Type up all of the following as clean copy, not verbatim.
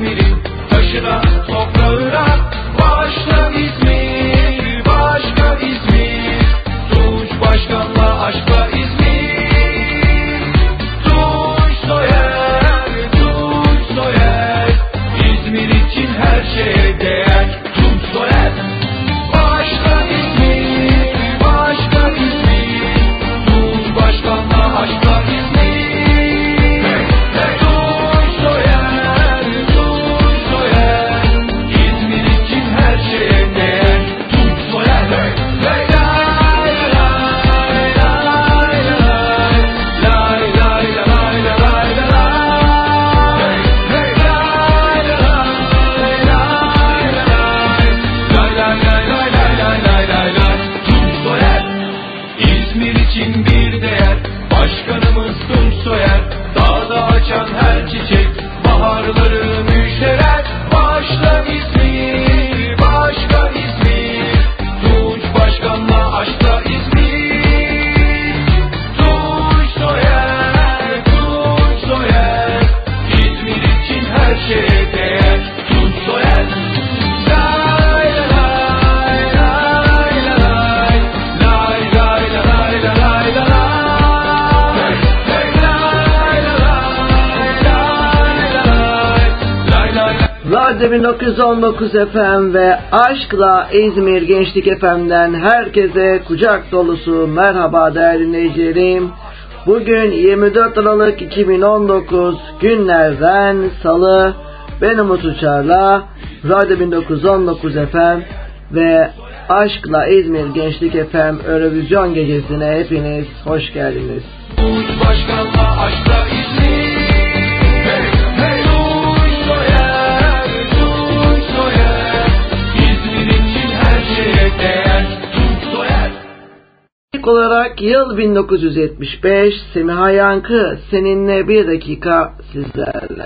İzmir'in taşına toprağına başla İzmir, başka İzmir. Tunç Başkan'la aşkla İzmir. Tunç Soyer, Tunç Soyer. İzmir için her şeye değer. Tunç Soyer. Başka İzmir, başka İzmir. Tunç Başkan'la aşkla İzmir. Tunç Soyer, Tunç Soyer. İzmir için her şeye değer. Tunç Soyer. Lay lay lay lay lay lay lay lay lay. İzmir için bir değer, başkanımız Tunç Soyer. Dağda açan her çiçek, baharları müjdeler. Başla İzmir, başka İzmir. Tunç Başkan'la aşkla İzmir. Tunç Soyer, Tunç Soyer. İzmir için her şeye değer. Tunç Soyer. Lay lay lay lay lay lay lay lay lay Radyo 1919 FM ve Aşkla İzmir Gençlik FM'den herkese kucak dolusu merhaba değerli dinleyicilerim. Bugün 24 Aralık 2019 günlerden Salı. Ben Umut Uçar'la Radyo 1919 FM ve Aşkla İzmir Gençlik FM Eurovision gecesine hepiniz hoş geldiniz. Tunç Başkan'la aşkla İzmir. Hey hey Tunç Soyer, Tunç Soyer. İzmir için her şeye değer. Tunç Soyer. İlk olarak yıl 1975, Semiha Yankı seninle bir dakika sizlerle.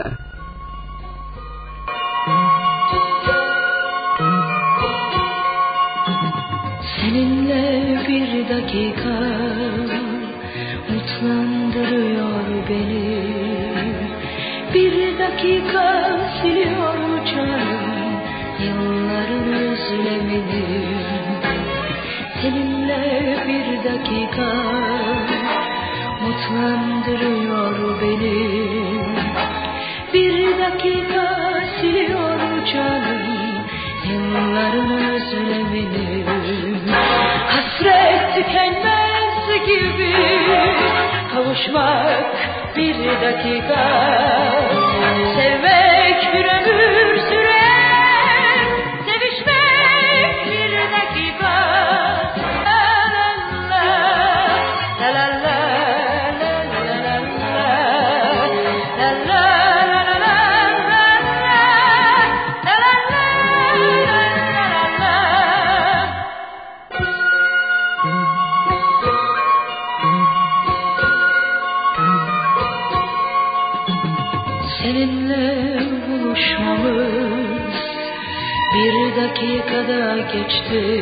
Seninle bir dakika mutlandırıyor beni. Bir dakika siliyor canım yılların özlemini. Seninle bir dakika mutlandırıyor beni. Bir dakika siliyor canım yılların özlemini. Hasret tükenmez gibi kavuşmak bir dakika. Sevmek bir ömür sürer, sevişmek bir dakika. La la la la la la la la la seninle buluşmamız bir dakikada geçti.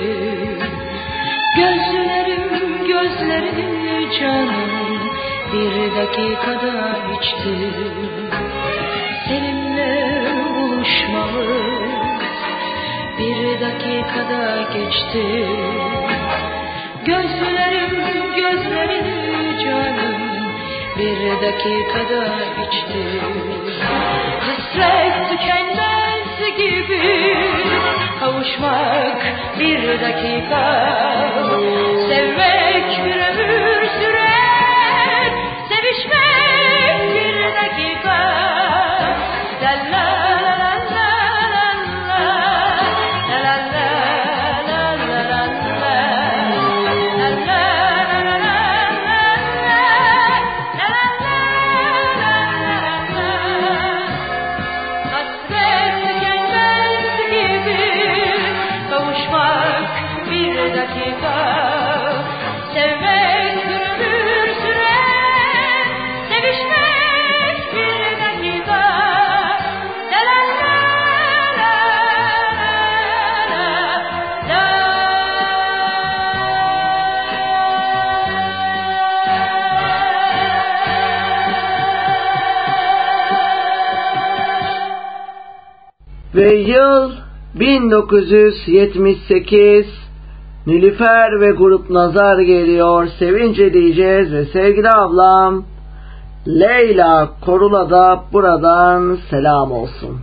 Gözlerim canım bir dakikada içti. Seninle buluşmamız bir dakikada geçti. Gözlerim canım bir dakikada içti. Hasret tükenmez gibi kavuşmak bir dakika. Sevmek bir ömür sürer, sevişmek bir dakika. La la la la la la la la la la la. Kavuşmak bir dakika, sevmek Ve yıl 1978. Nilüfer ve Grup Nazar geliyor. Sevince diyeceğiz ve sevgili ablam Leyla Korul'a da buradan selam olsun.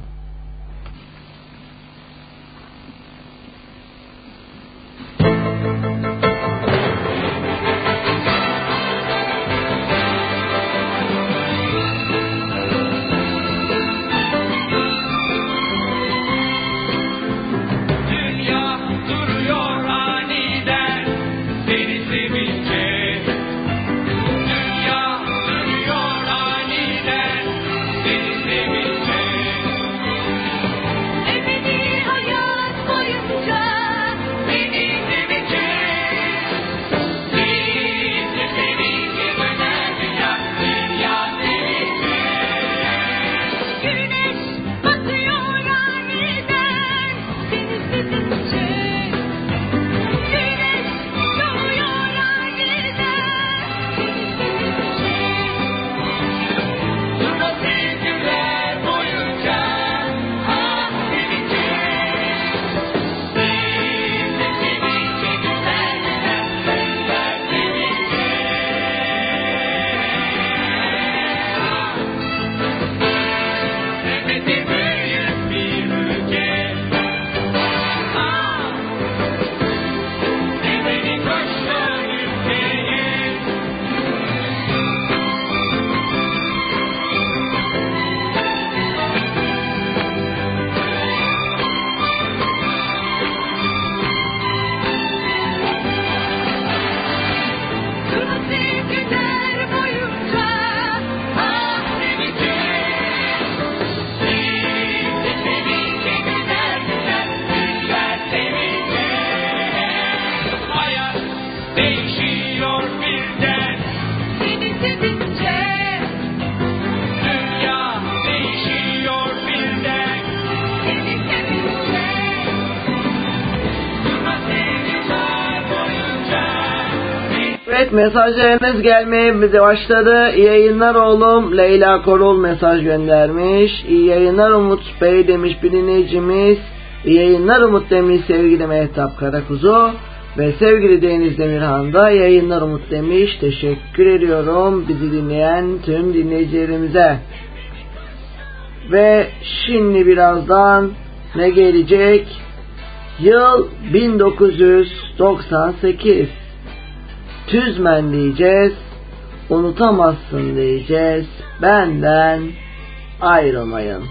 Mesajlarınız gelmeye başladı. İyi yayınlar oğlum. Leyla Korul mesaj göndermiş. İyi yayınlar Umut Bey demiş bir dinleyicimiz. İyi yayınlar Umut demiş sevgili Mehtap Karakuzu. Ve sevgili Deniz Demirhan da yayınlar Umut demiş. Teşekkür ediyorum bizi dinleyen tüm dinleyicilerimize. Ve şimdi birazdan ne gelecek? Yıl 1998. Tüzmen diyeceğiz, unutamazsın diyeceğiz, benden ayrılmayın.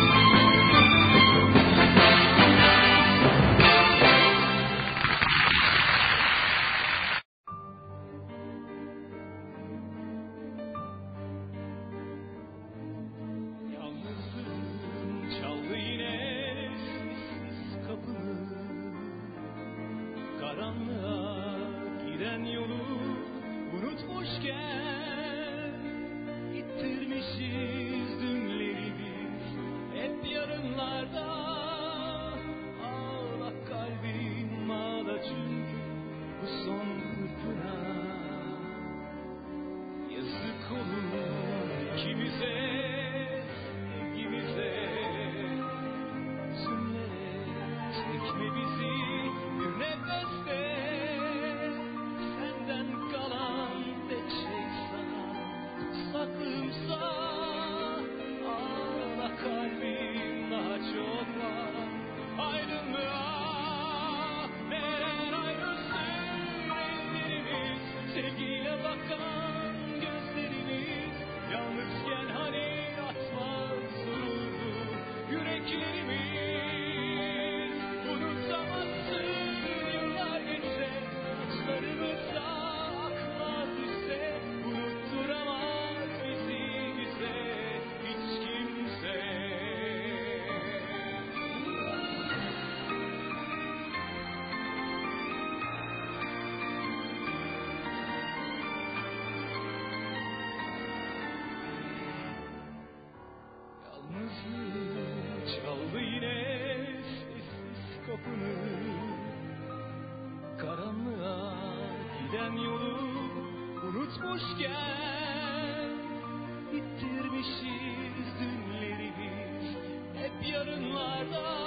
unutmuşken ittirmişiz dünlerimiz hep yarınlarda.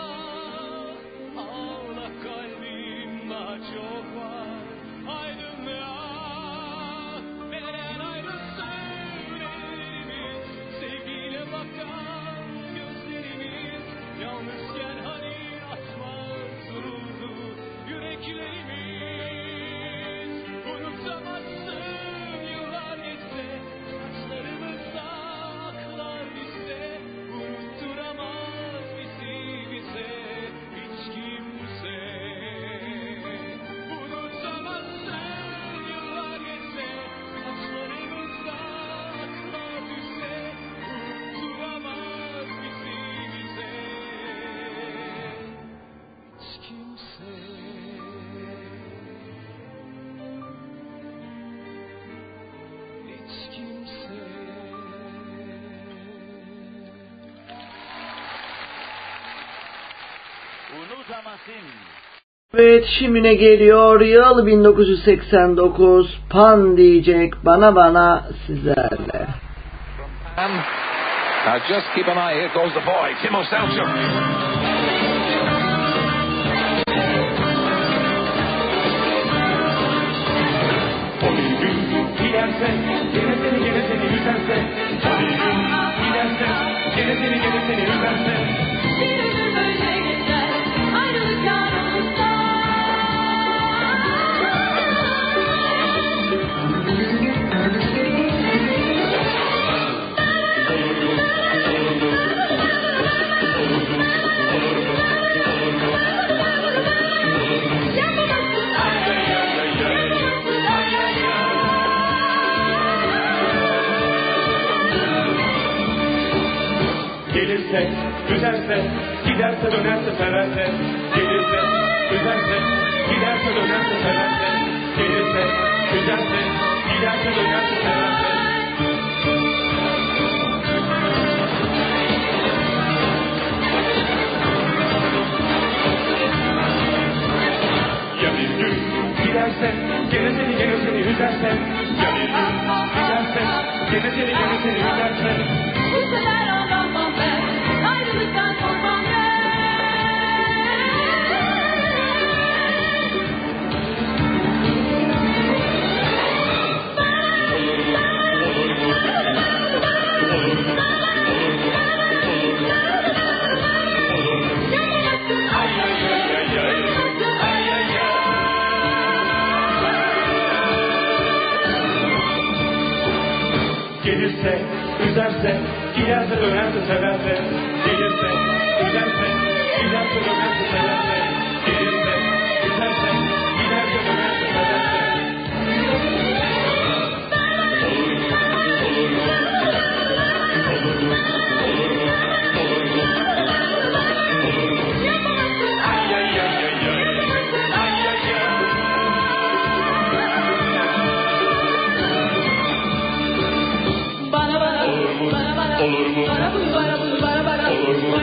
Evet, şimdi ne geliyor? Yıl 1989. Pan diyecek bana sizlerle. Just keep an eye. Here goes the boy, Timo Selchuk. Giderse, gene seni üzerse. Giderse, gene seni üzerse. Bir ömür böyle geçer, ayrılık yalnızlıkta. Gelirse, üzerse, giderse dönerse severse. Gelirse, üzerse, giderse dönerse severse. Gelirse, üzerse, giderse dönerse severse. Ya bir gün giderse, gene seni üzerse. Ya bir gün giderse, gene seni üzerse. Bu sefer ağlamam ben, ayrılıktan korkmam ben. Gelirse, üzerse, giderse dönerse severse. Gelirse, üzerse, giderse dönerse severse. Gelirse, üzerse, giderse dönerse severse. Ay ay ay ay ay. Ay ay ay. Olur mu? Olur mu?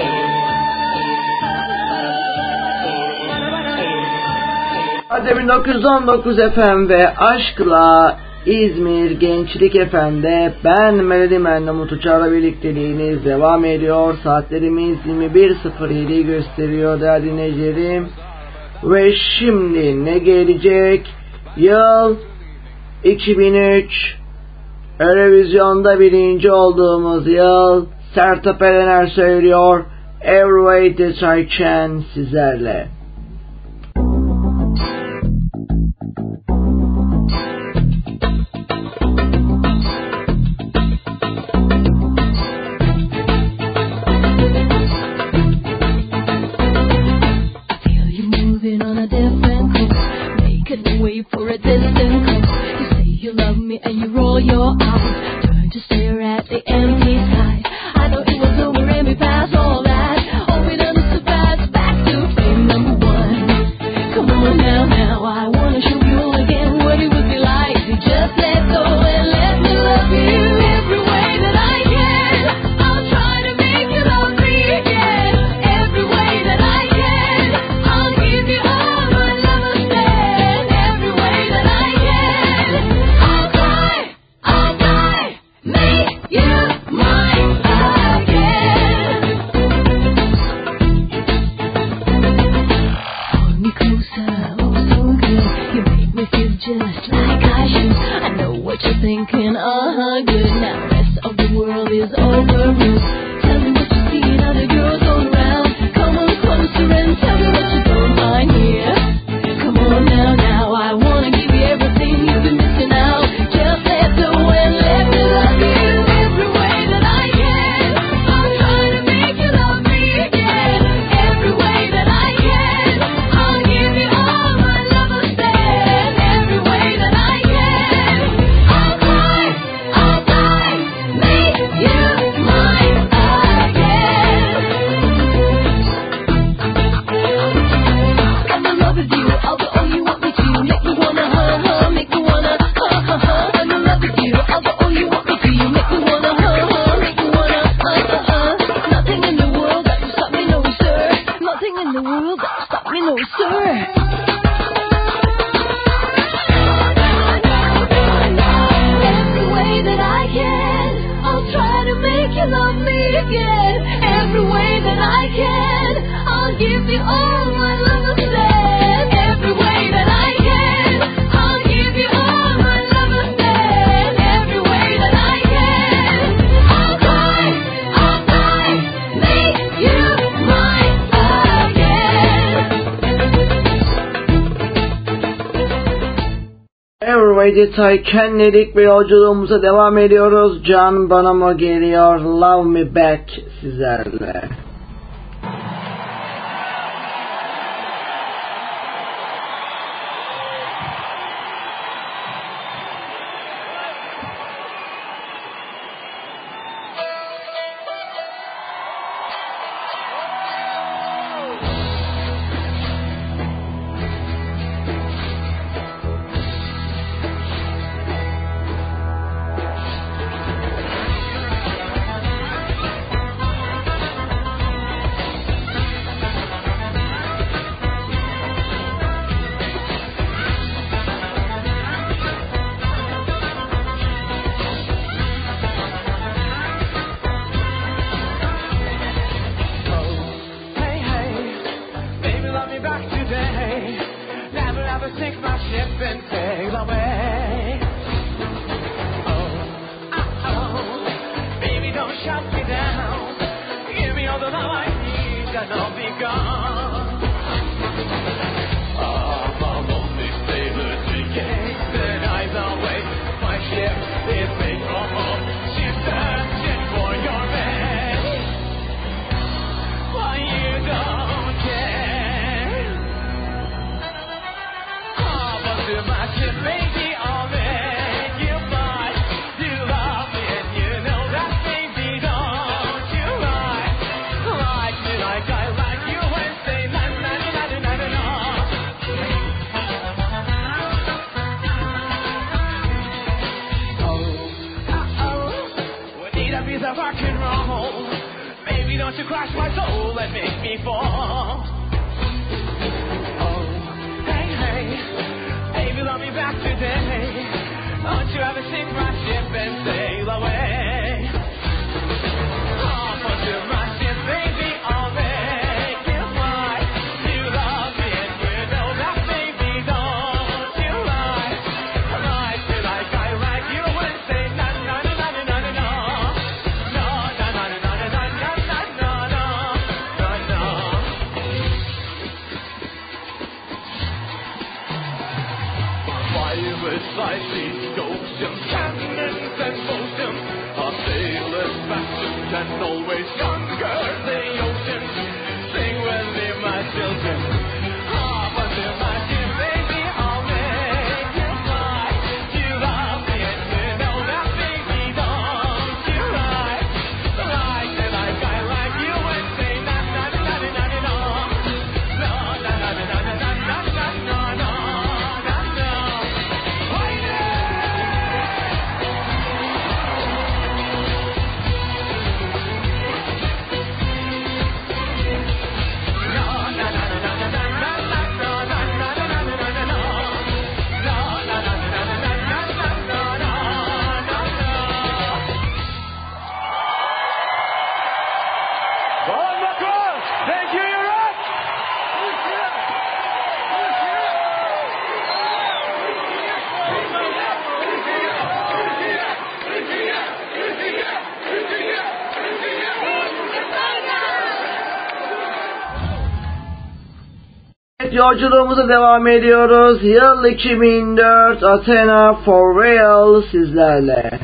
Hadi 1919 FM ve Aşkla İzmir Gençlik FM'de ben Melody Man'le Umut Uçar'la birlikteliğiniz devam ediyor. Saatlerimiz 21.07 gösteriyor değerli dinleyicilerim. Ve şimdi ne gelecek? Yıl 2003. Eurovision'da birinci olduğumuz yıl. Sertab Erener söylüyor. Every Way That I Can sizlerle. For a distant coast, you say you love me and you roll your eyes, turn to stare at the empty sky. I know it was over and we passed all that. All we done is to pass back to frame number Meditay Kennedik ve yolculuğumuza devam ediyoruz. Can bana mı geliyor? Love Me Back sizlerle. Yolculuğumuza devam ediyoruz. Yıl 2004 Athena for Real sizlerle.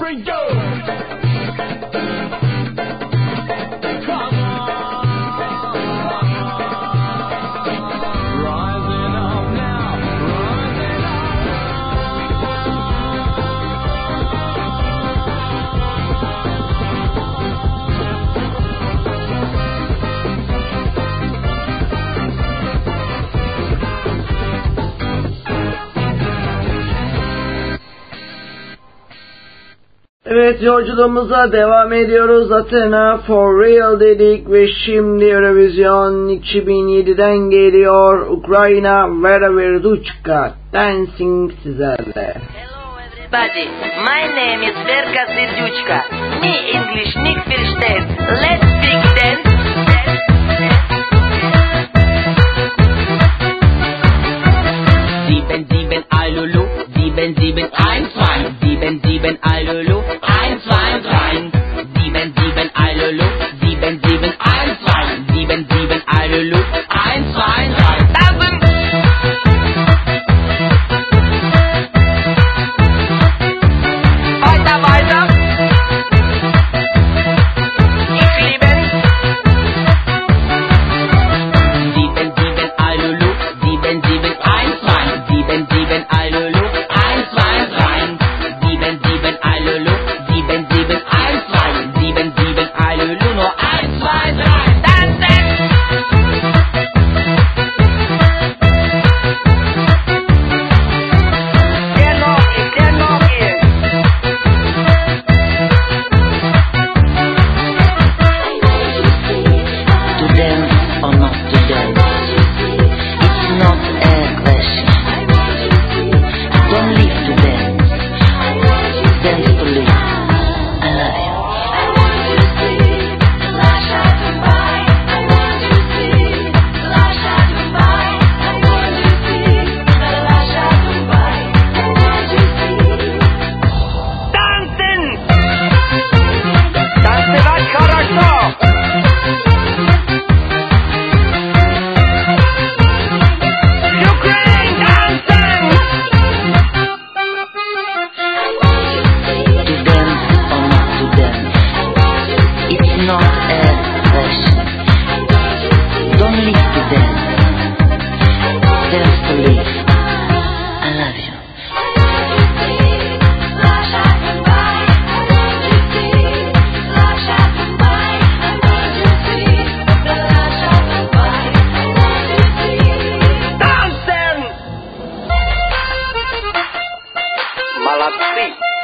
we go. Evet, yolculuğumuza devam ediyoruz. Athena for real dedik ve şimdi Eurovision 2007'den geliyor. Ukrayna Vera Verduchka Dancing sizlerle. Hello everybody, my name is Verka Serduchka. Me English nicht versteht. Let's speak dance. Sieben, sieben, Alulu, 7, 7, 1, 2, 7, 7, Alulu, 1, 2, 3, 7, 7, Alulu, 7, 7, 1, 2, 7, 7, Alulu, 1, 2, 3. Tanzen! Weiter, weiter! Ich liebe! 7, 7, Alulu, 7, 7, 1, 2, 7, 7, Alulu, 1, 2, 3, 7, 7, Alulu, 7, 7, 1, 2, 7, 7, Alulu, nur 1, 2, 3, tanzen! Der noch ist. To dance or not to dance, it's not a question. Don't live to dance, dance to live. I love you. Tanzen! Tancewać хорошо! Ukraine dancing! To dance or not to dance, it's not a question. Don't live to dance, dance to live. I love you. Dancing! Молодцы!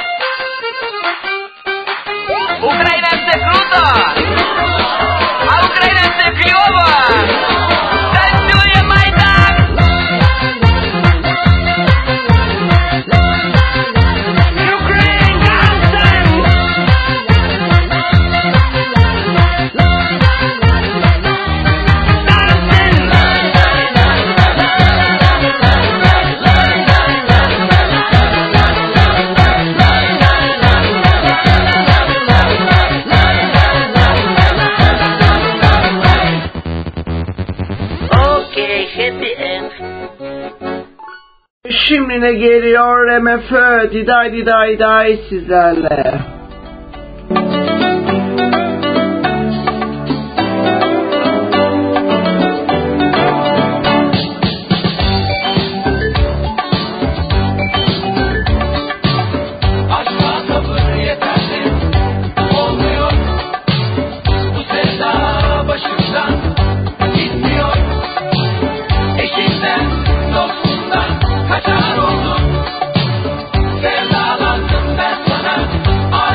Украинцы круто! А украинцы клёво! Танцуем, Майдан! Ukraine dancing! Okay, happy end. Şimdi ne geliyor MFÖ Diday Diday Day sizlerle. Aşka sabır yeterli olmuyor. Bu sevda başımdan gitmiyor. Eşinden dostundan kaçar oldum. Sevdalandım ben sana.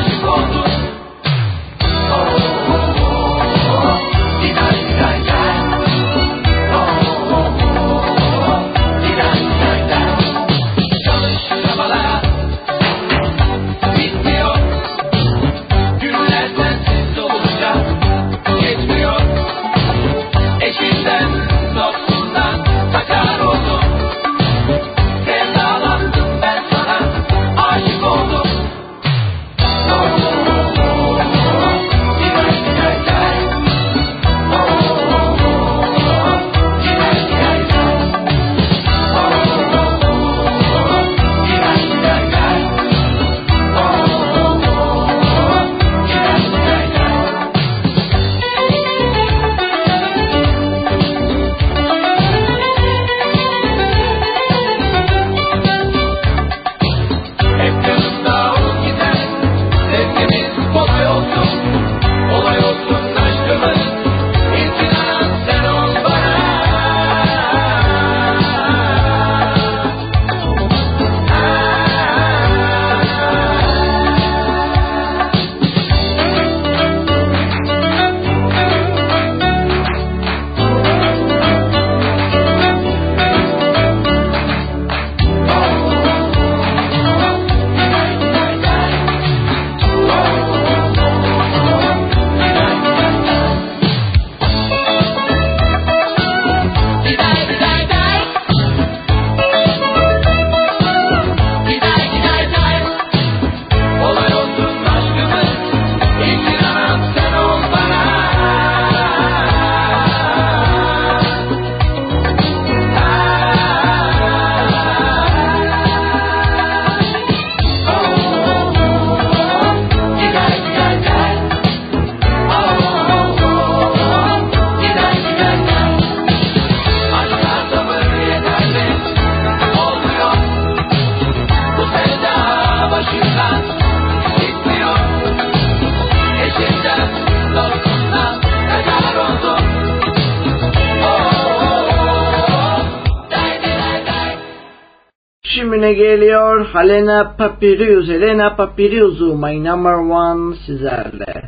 bölümüne geliyor. Helena Papirius'u My Number One sizlerle.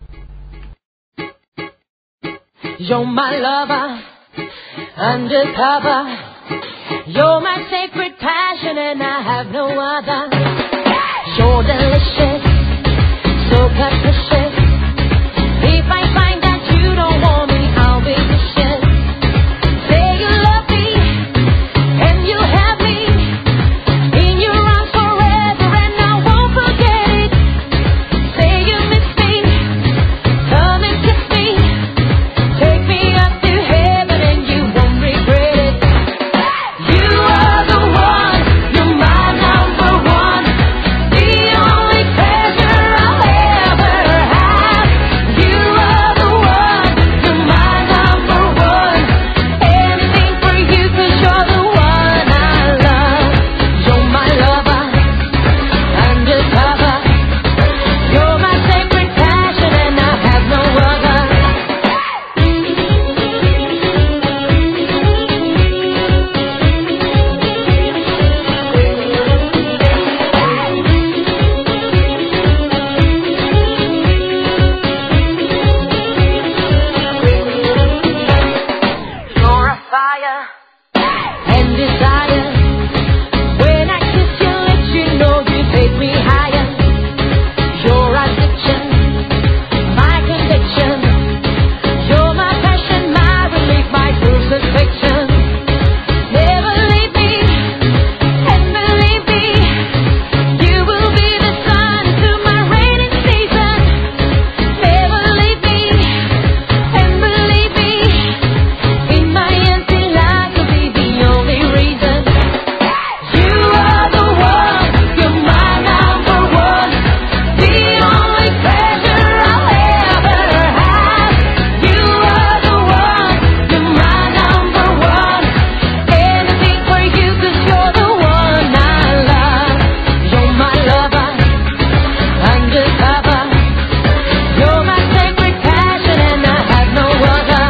You're my lover, undercover. You're my sacred passion and I have no other. You're delicious, so capricious. If I find that you don't want me, I'll be vicious. Say you love me and you have me in your arms forever and I won't forget it. Say you miss me, come and kiss me. Take me up to heaven and you won't regret it. You are the one, you're my number one. The only treasure I'll ever have. You are the one, you're my number one. Anything for you 'cause you're the one I love. You're my lover, undercover. You're my sacred passion and I have no other. You're a fire and desire. When I kiss your lips, you know you take me higher. Your addiction, my conviction. You're my passion, my relief, my crucifixion. Never leave me, and believe me, you will be the sun to my rainy season. Never leave me, and believe me, in my empty life you'll be the only reason. You are the one, you're my number one. The only treasure I'll ever have. You are the one, you're my number one. Anything for you 'cause you're the one I love. You're my lover, undercover. You're my sacred passion and I have no other.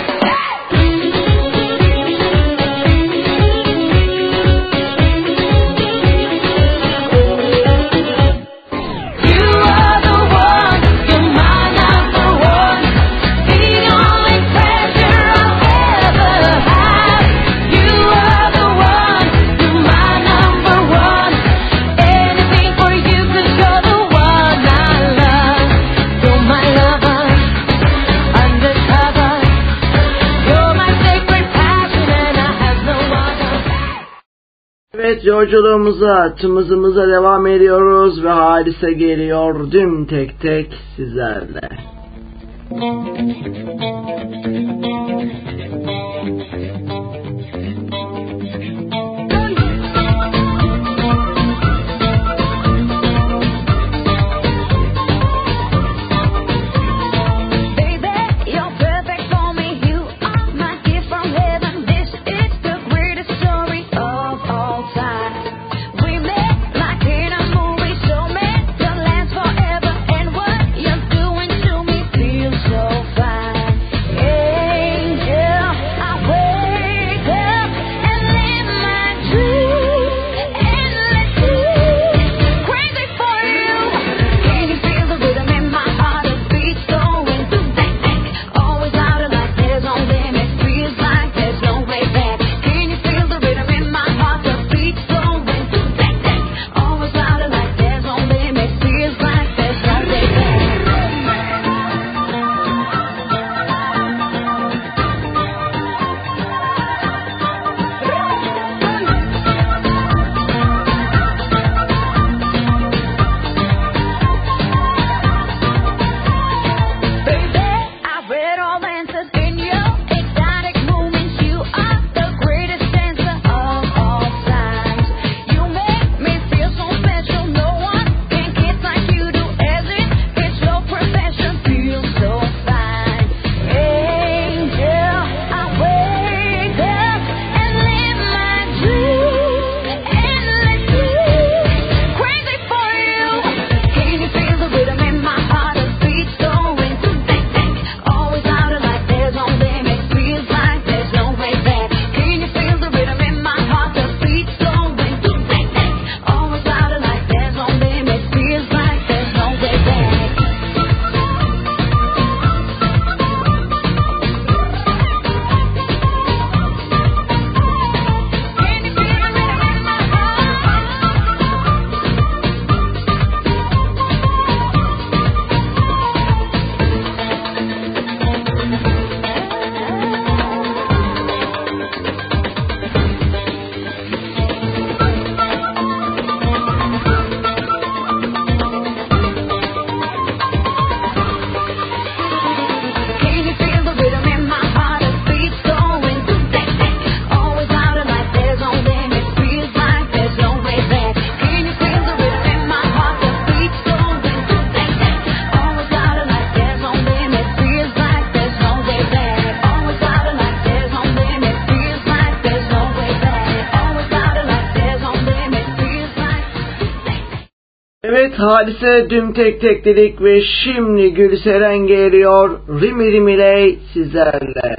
You are the one, you're my number one. The only treasure I'll ever have. You are the one, you're my number one. Anything for you 'cause you're the one I love. You're my lover, undercover. You're my sacred passion and I have no other. Evet, yolculuğumuza, tımızımıza devam ediyoruz ve Hadise geliyor düm tek tek sizlerle. Baby, you're perfect for me. You are my gift from heaven. This is the greatest story of all time. We met like in a movie, so meant to last forever. And what you're doing to me feels so fine. Hadise düm tek tek dedik ve şimdi Gülseren geliyor. Rimi Rimiley sizlerle.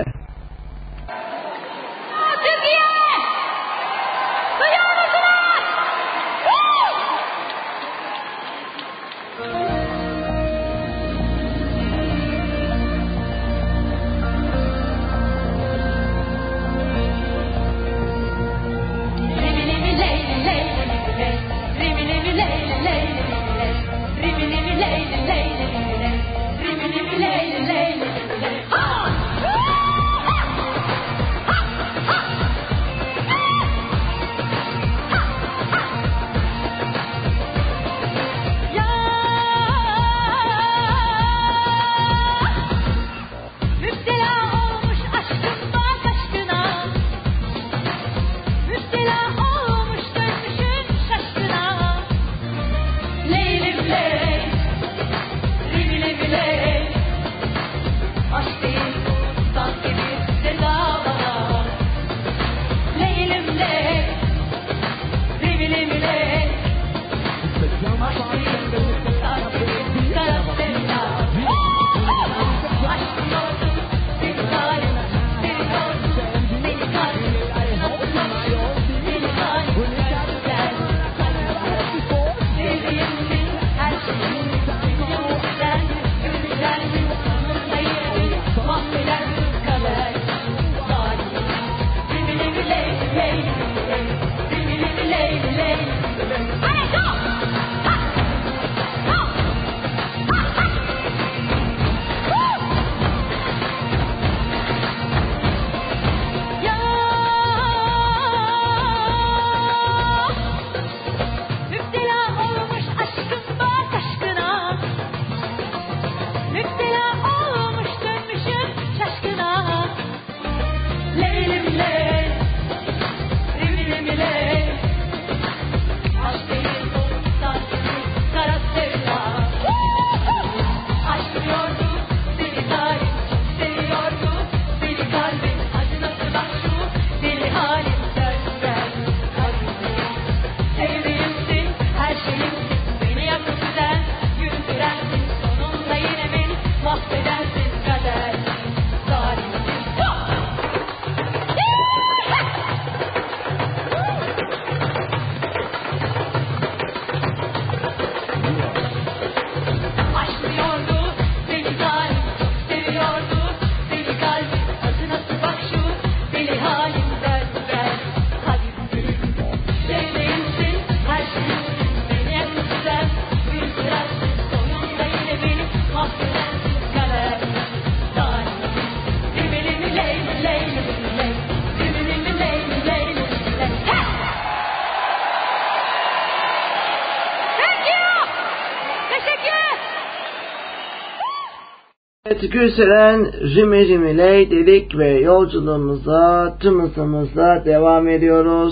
Gülseren Rimi Rimiley dedik ve yolculuğumuza tüm hızımızla devam ediyoruz.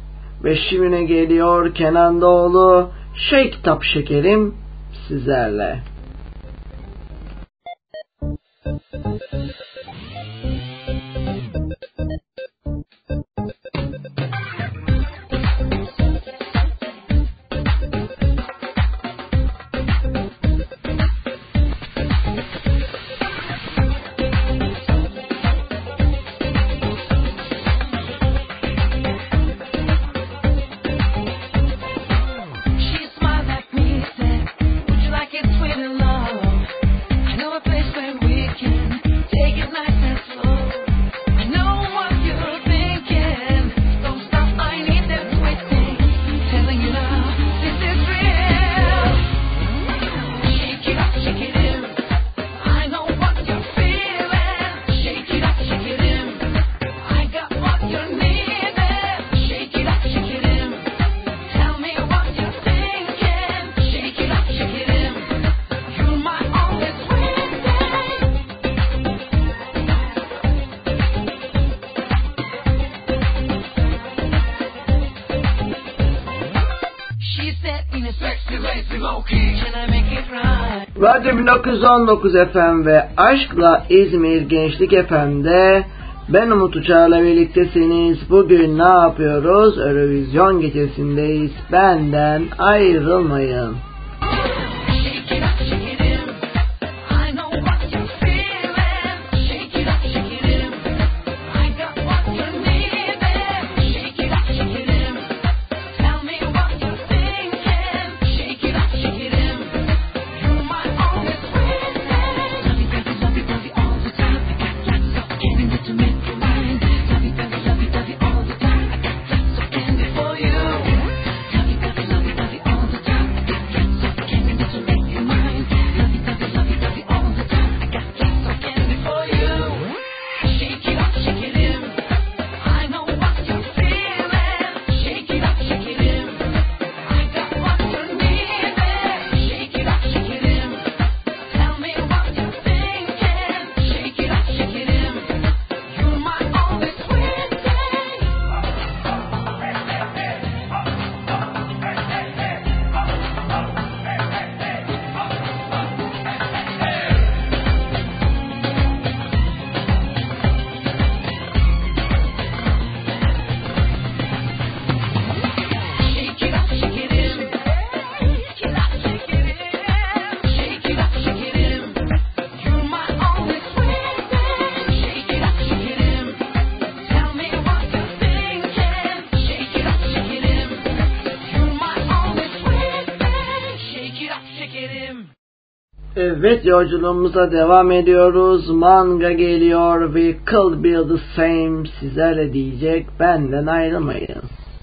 Ve şimdi geliyor Kenan Doğulu, Shake Tap Şekerim sizlerle. Radyo 1919 FM ve Aşkla İzmir Gençlik FM'de ben Umut Uçar'la birliktesiniz. Bugün ne yapıyoruz? Eurovision gecesindeyiz. Benden ayrılmayın. Evet, yolculuğumuza devam ediyoruz. Manga geliyor. We could be the same. Sizlerle diyecek. Benden ayrılmayın.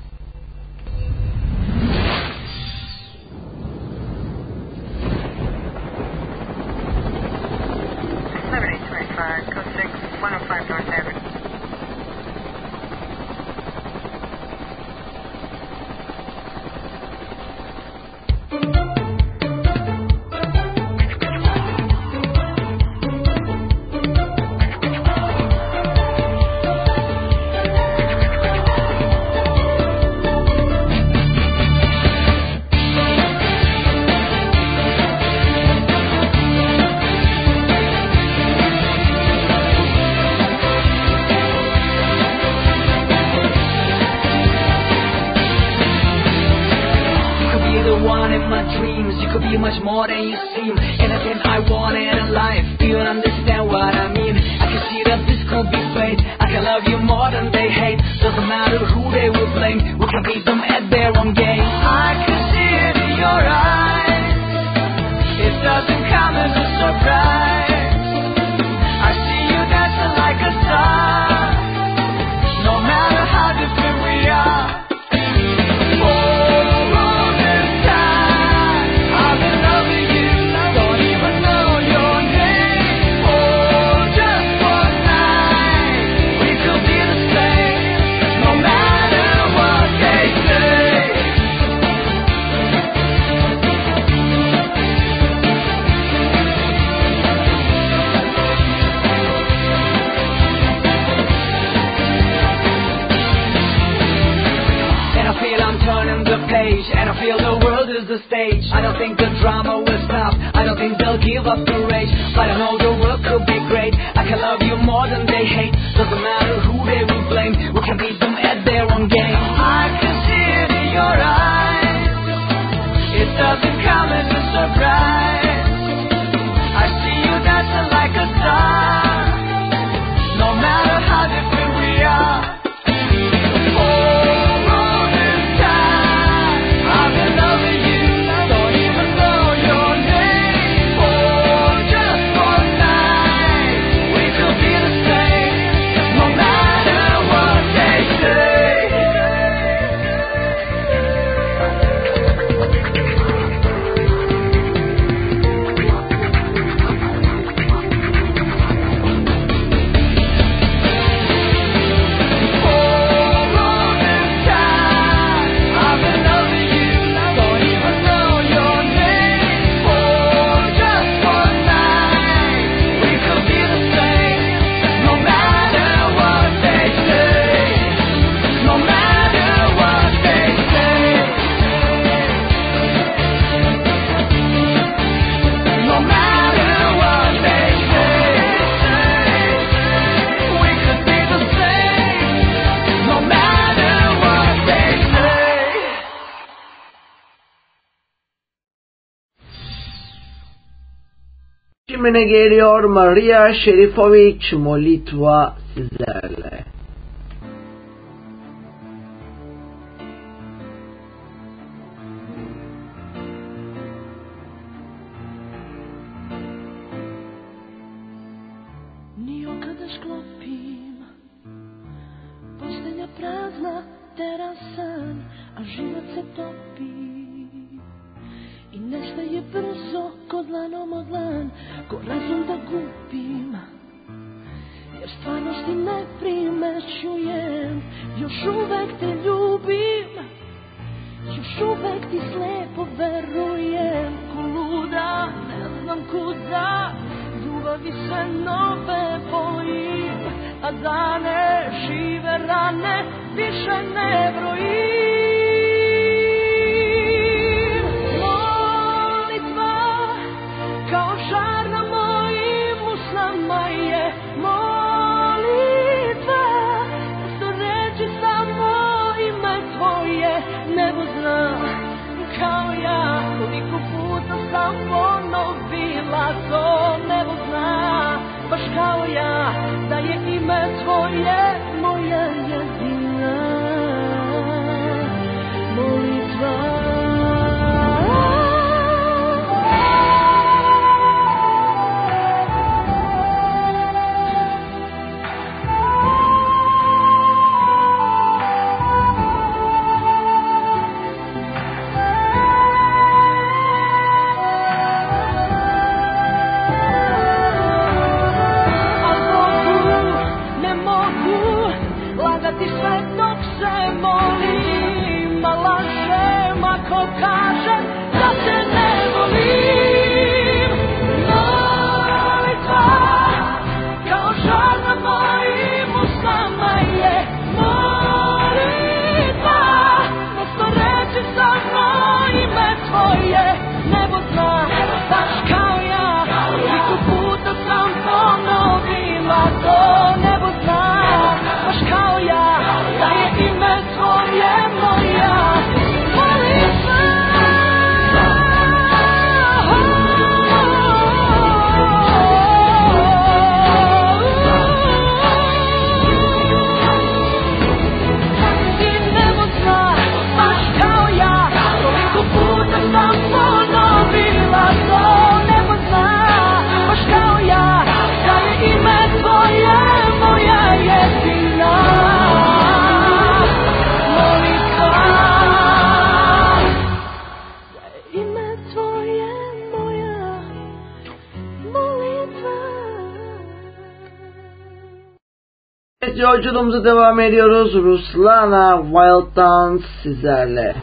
Şimdine geliyor Maria Şerifović, Molitva sizlerle. Ni kada sklopim, postelja prazna, terasan, a život se topi. I nestaje brzo ko dlanom od dlan, ko razum da gubim. Jer stvarnosti ne primećujem, još uvek te ljubim. Još uvek ti slepo verujem, ko luda, ne znam kuda. Ljubavi se nove bojim, a dane žive rane više ne brojim. Kao žar na mojim usnama je molitva, što reći samo ime tvoje. Nebo zna kao ja koliko puta sam ponovila to. Nebo zna baš kao ja da je ime tvoje moja jedina molitva. Evet, yolculuğumuza devam ediyoruz. Ruslana Wild Dance sizlerle.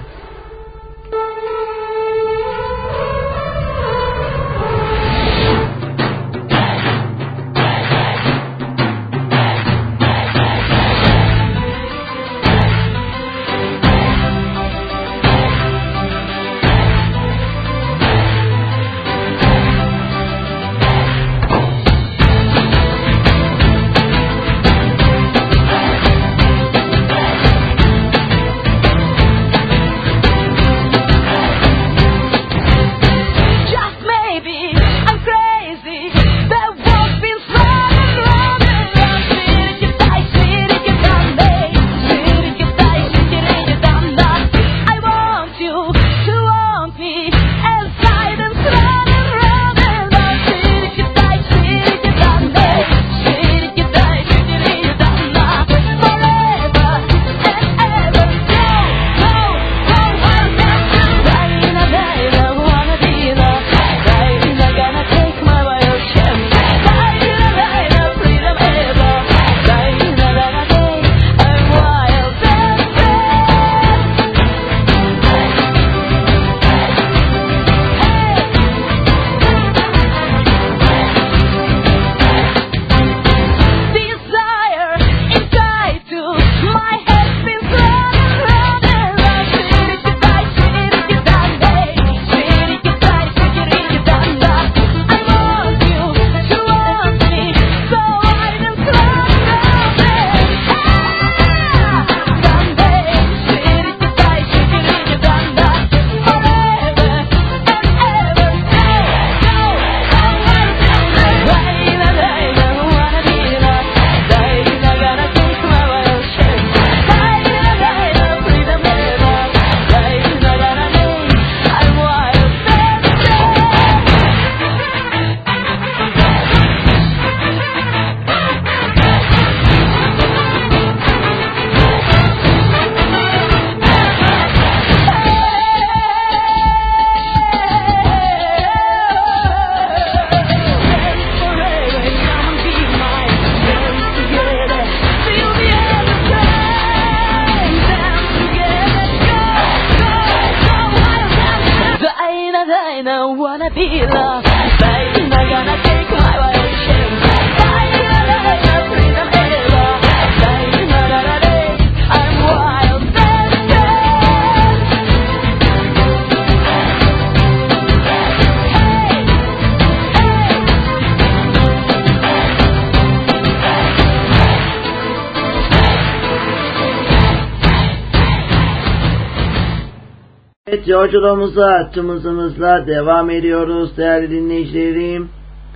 Evet, yolculuğumuza tüm hızımızla devam ediyoruz değerli dinleyicilerim.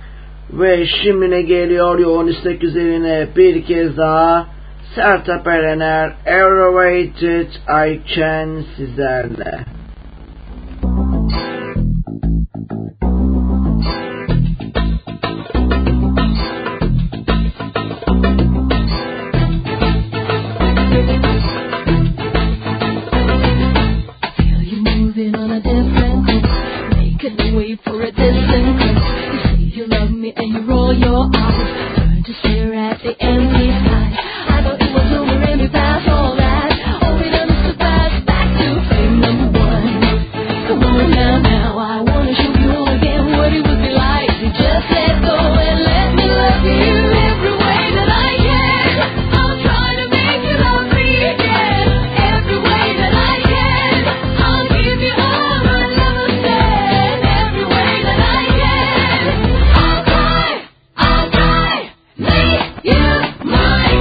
Ve şimdi ne geliyor yoğun istek üzerine bir kez daha Sertab Erener Elevated I Can sizlerle. You, my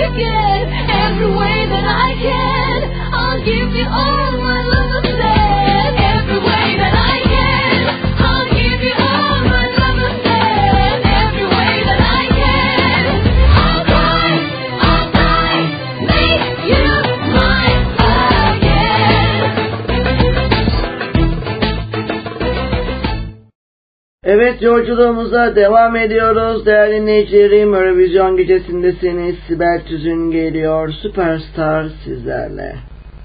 you get. Every way that I can, I'll give you all my love instead. Every way that I can, I'll give you all my love instead. Every way that I can, I'll die, make you mine again. Evet, yolculuğumuza devam ediyoruz. Değerli dinleyicilerim, Eurovision gecesindesiniz. Sibel Tüzün geliyor. Superstar sizlerle.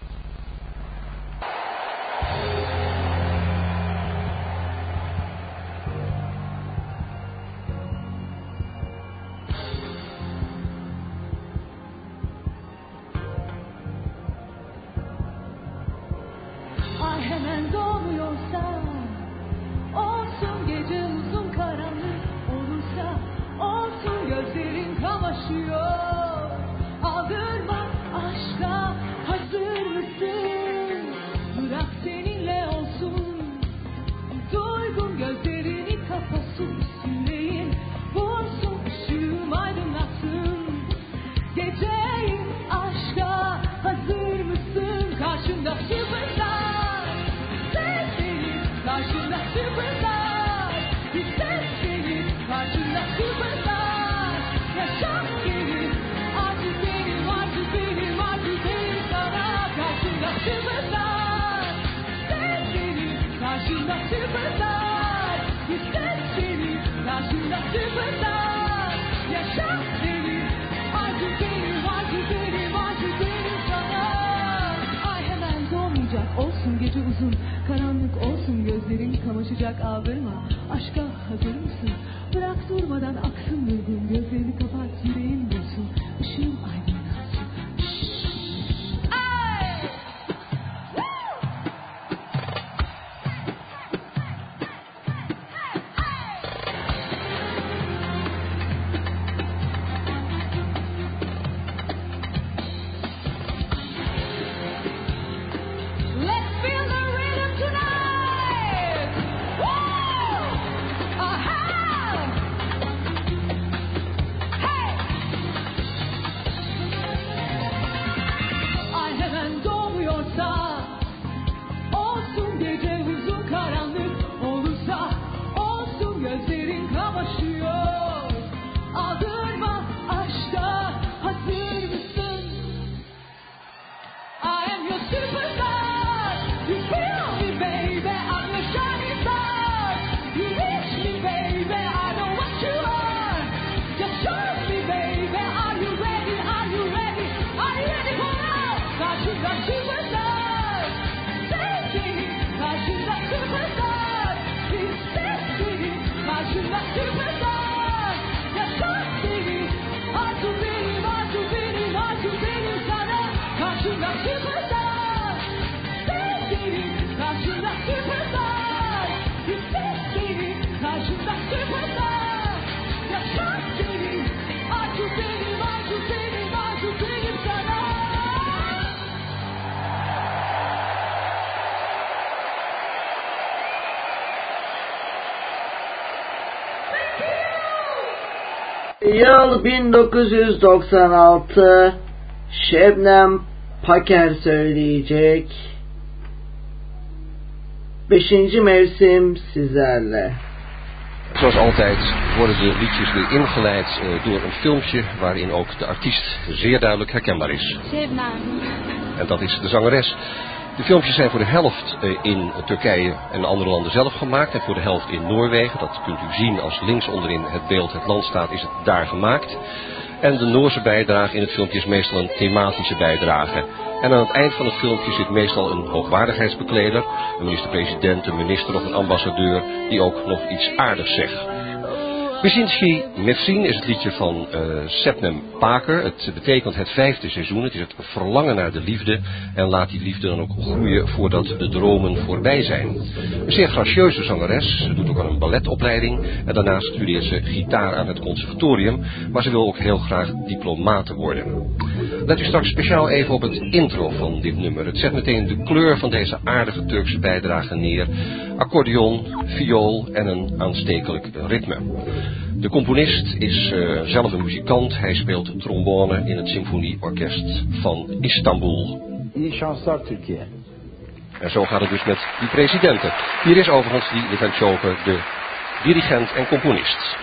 Ay hemen doğmuyorsa, olsun gece uzun karanlık olursa, olsun gözlerin kamaşıyor. Aldırma aşka, hazır mısın? Bırak seninle olsun. Doygun gözlerini kapasın, yüreğin bulsun, ışığım aydınlatsın. Geceyi aşka, hazır mısın? Karşında süperstar, sen benim, karşında süperstar. Sen benim, karşında süperstar. Yaşam benim, acı benim, acı benim, acı benim sana. Karşında süperstar, sen benim, karşında süperstar. Sen benim, karşında süperstar. Yaşam benim, acı benim, acı benim, acı benim sana. Ay hemen doğmayacak, olsun gece uzun, karanlık olsun gözlerin kamaşacak, aldırma. Aşka hazır mısın? Bırak durmadan aksın duygun, gözlerini kapat, yüreğin bulsun, ışığım aydınlatsın. Ay! Let's feel the rhythm tonight! Woo! Aha! Hey! Ay hemen doğmuyorsa, olsun gece uzun karanlık olursa, olsun gözlerin kamaşıyor. Aldırma aşka, hazır mısın? I am your superstar. You feel me, baby. I'm your shining star. You reach me, baby. I know what you are. Just show me, baby. Are you ready? Are you ready? Are you ready for now? Karşında superstar. Sevgili, karşında superstar. Hissettiğim, karşında superstar. Yaşam benim, acı benim, acı benim, acı benim sana. Karşında superstar. Sevgili, karşında superstar. Hissettiğim, karşında superstar. Yaşam benim, acı benim, acı benim, acı benim sana. Yıl 1996. Şebnem Paker söyleyecek. 5. mevsim sizlerle. Zoals altijd worden de liedjes weer ingeleid door een filmpje waarin ook de artiest zeer duidelijk herkenbaar is. En dat is de zangeres. De filmpjes zijn voor de helft in Turkije en andere landen zelf gemaakt en voor de helft in Noorwegen. Dat kunt u zien als links onderin het beeld het land staat, is het daar gemaakt. En de Noorse bijdrage in het filmpje is meestal een thematische bijdrage. En aan het eind van het filmpje zit meestal een hoogwaardigheidsbekleder, een minister-president, een minister of een ambassadeur die ook nog iets aardigs zegt. Bizinci Mevsin is het liedje van Şebnem Paker. Het betekent het 5e seizoen. Het is het verlangen naar de liefde. En laat die liefde dan ook groeien voordat de dromen voorbij zijn. Een zeer gracieuze zangeres. Ze doet ook aan een balletopleiding. En daarnaast studeert ze gitaar aan het conservatorium. Maar ze wil ook heel graag diplomate worden. Let u straks speciaal even op het intro van dit nummer. Het zet meteen de kleur van deze aardige Turkse bijdrage neer. Accordeon, viool en een aanstekelijk ritme. De componist is zelf een muzikant. Hij speelt trombone in het symfonieorkest van Istanbul. İyi şanslar Türkiye. En zo gaat het dus met die presidenten. Hier is overigens die Levent Schope, de dirigent en componist.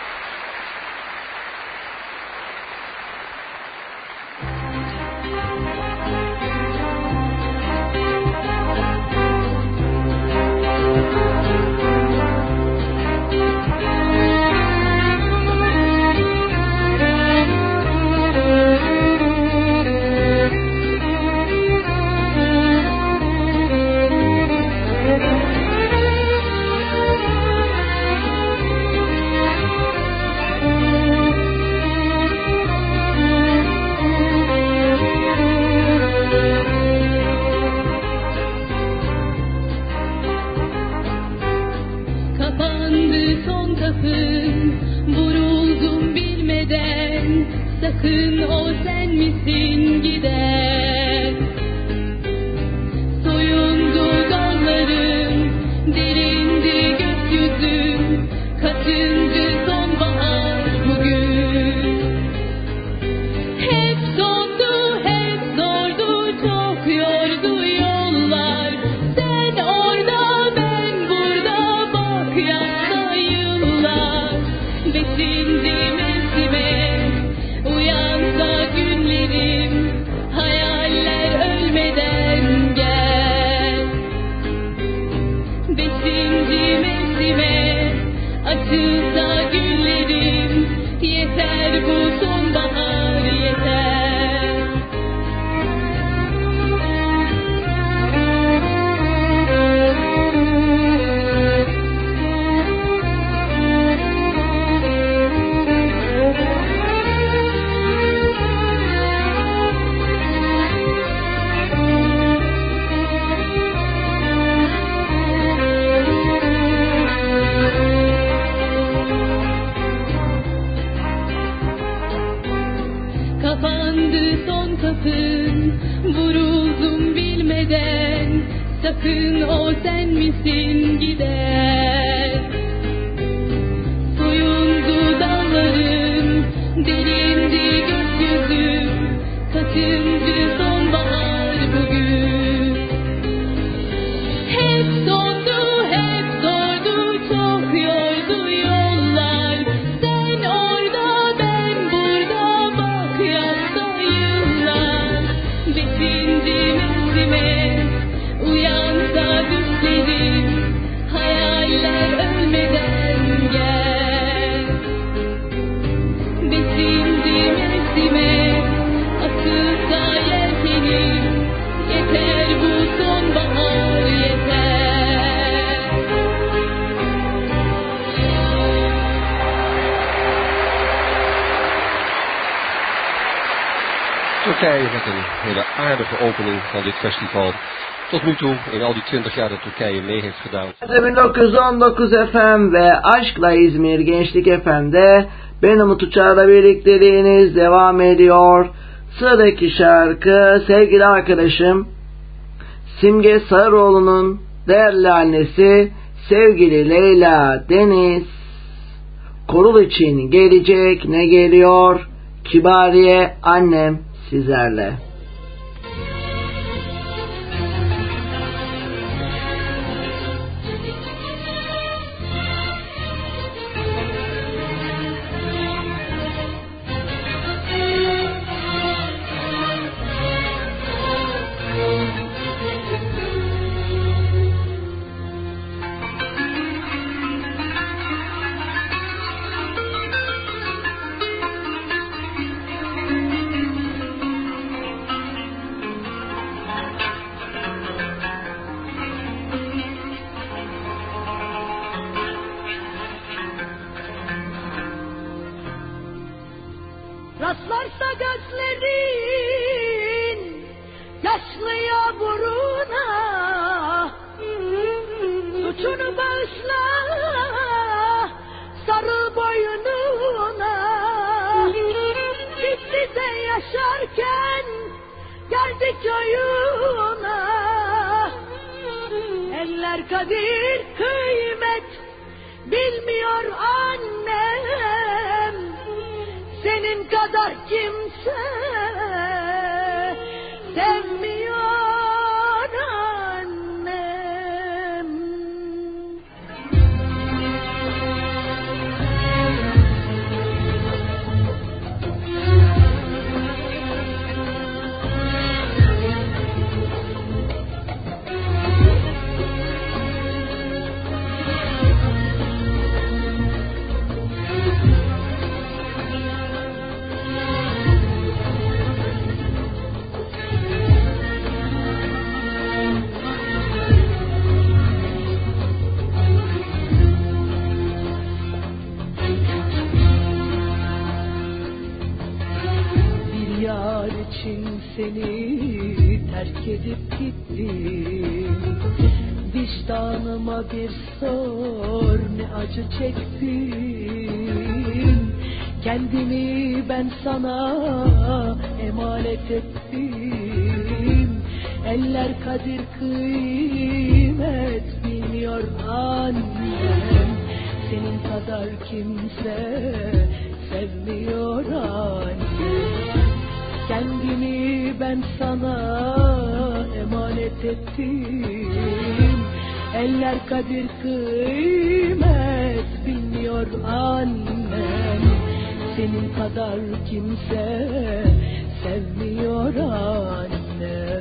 Turkije met een hele aardige opening van dit festival. Tot nu toe, in al die 20 jaar dat Turkije mee heeft gedaan. 1919 FM ve Aşkla İzmir Gençlik FM'de Ben Umut Uçar'la birlikteliğiniz devam ediyor. Sıradaki şarkı sevgili arkadaşım Simge Sarıoğlu'nun değerli annesi sevgili Leyla Deniz Korul için gelecek ne geliyor? Kibariye annem sizlerle. Rastlarsa gözlerin yaşlıya buruna, suçunu bağışla, sarıl boynuna. Biz size yaşarken geldik oyuna. Eller kadir kıymet bilmiyor anne. kadar kimse sevmiyor annem. Seni terk edip gittim. Vicdanıma bir sor, ne acı çektim. Kendimi ben sana emanet ettim. Eller kadir kıymet bilmiyor annem. Senin kadar kimse sevmiyor annem. Kendimi ben sana emanet ettim. Eller kadir kıymet bilmiyor annem. Senin kadar kimse sevmiyor annem.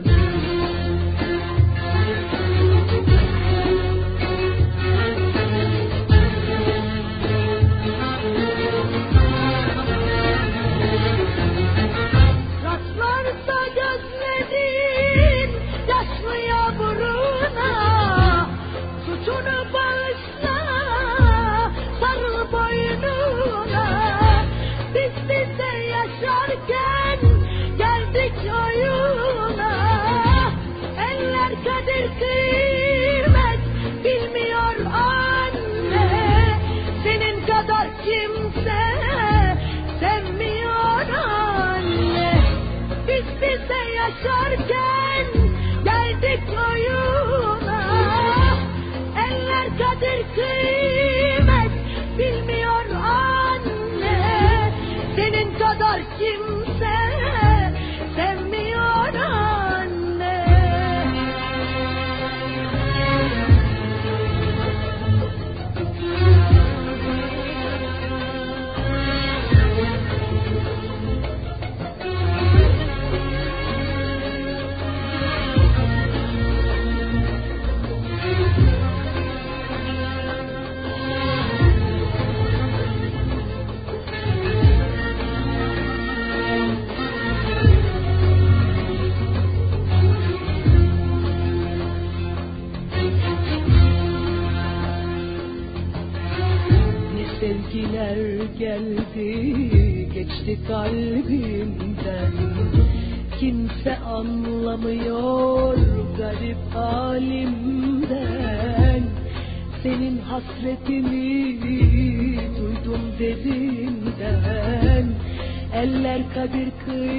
Geldi geçti kalbimden. Kimse anlamıyor garip halimden. Senin hasretini duydum derinden. Eller kadir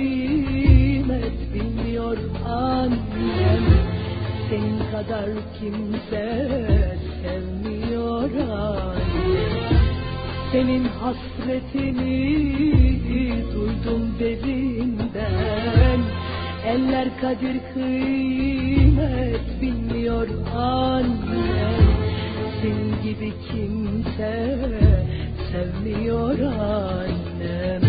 kıymet bilmiyor annem. Senin kadar kimse sevmiyor annem. Senin hasretini duydum derinden. Eller kadir kıymet bilmiyor annem. Senin gibi kimse sevmiyor annem.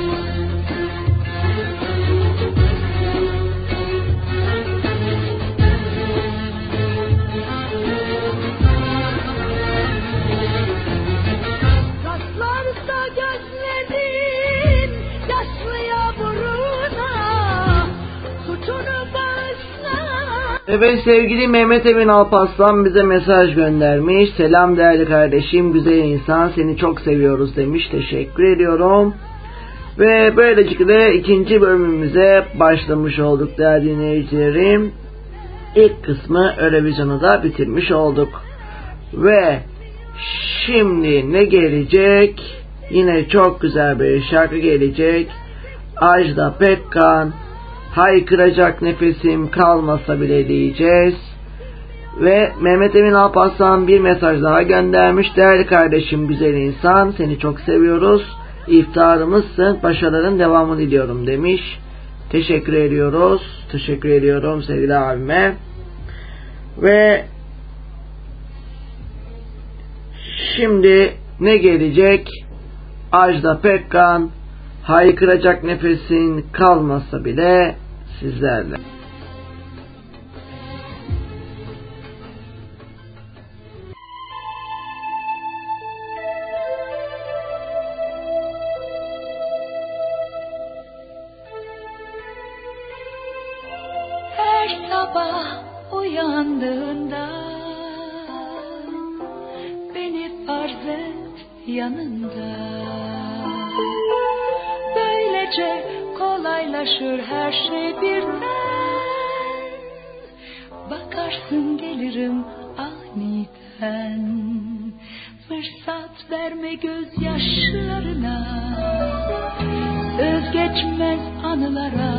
Evet, sevgili Mehmet Emin Alparslan bize mesaj göndermiş. Selam değerli kardeşim, güzel insan, seni çok seviyoruz demiş. Teşekkür ediyorum. Ve böylelikle ikinci bölümümüze başlamış olduk değerli dinleyicilerim. İlk kısmı Eurovision'u da bitirmiş olduk. Ve şimdi ne gelecek? Yine çok güzel bir şarkı gelecek. Ajda Pekkan, haykıracak nefesim kalmasa bile diyeceğiz. Ve Mehmet Emin Alparslan bir mesaj daha göndermiş. Değerli kardeşim, güzel insan, seni çok seviyoruz. iftarımızsın. Başarıların devamını diliyorum demiş. Teşekkür ediyoruz. Teşekkür ediyorum sevgili abime. Ve şimdi ne gelecek? Ajda Pekkan, haykıracak nefesin kalmasa bile sizlerle. Her sabah uyandığında beni farz et yanında. Böylece kolaylaşır her şey birden. Bakarsın gelirim aniden. Fırsat verme gözyaşlarına, özgeçmez anılara.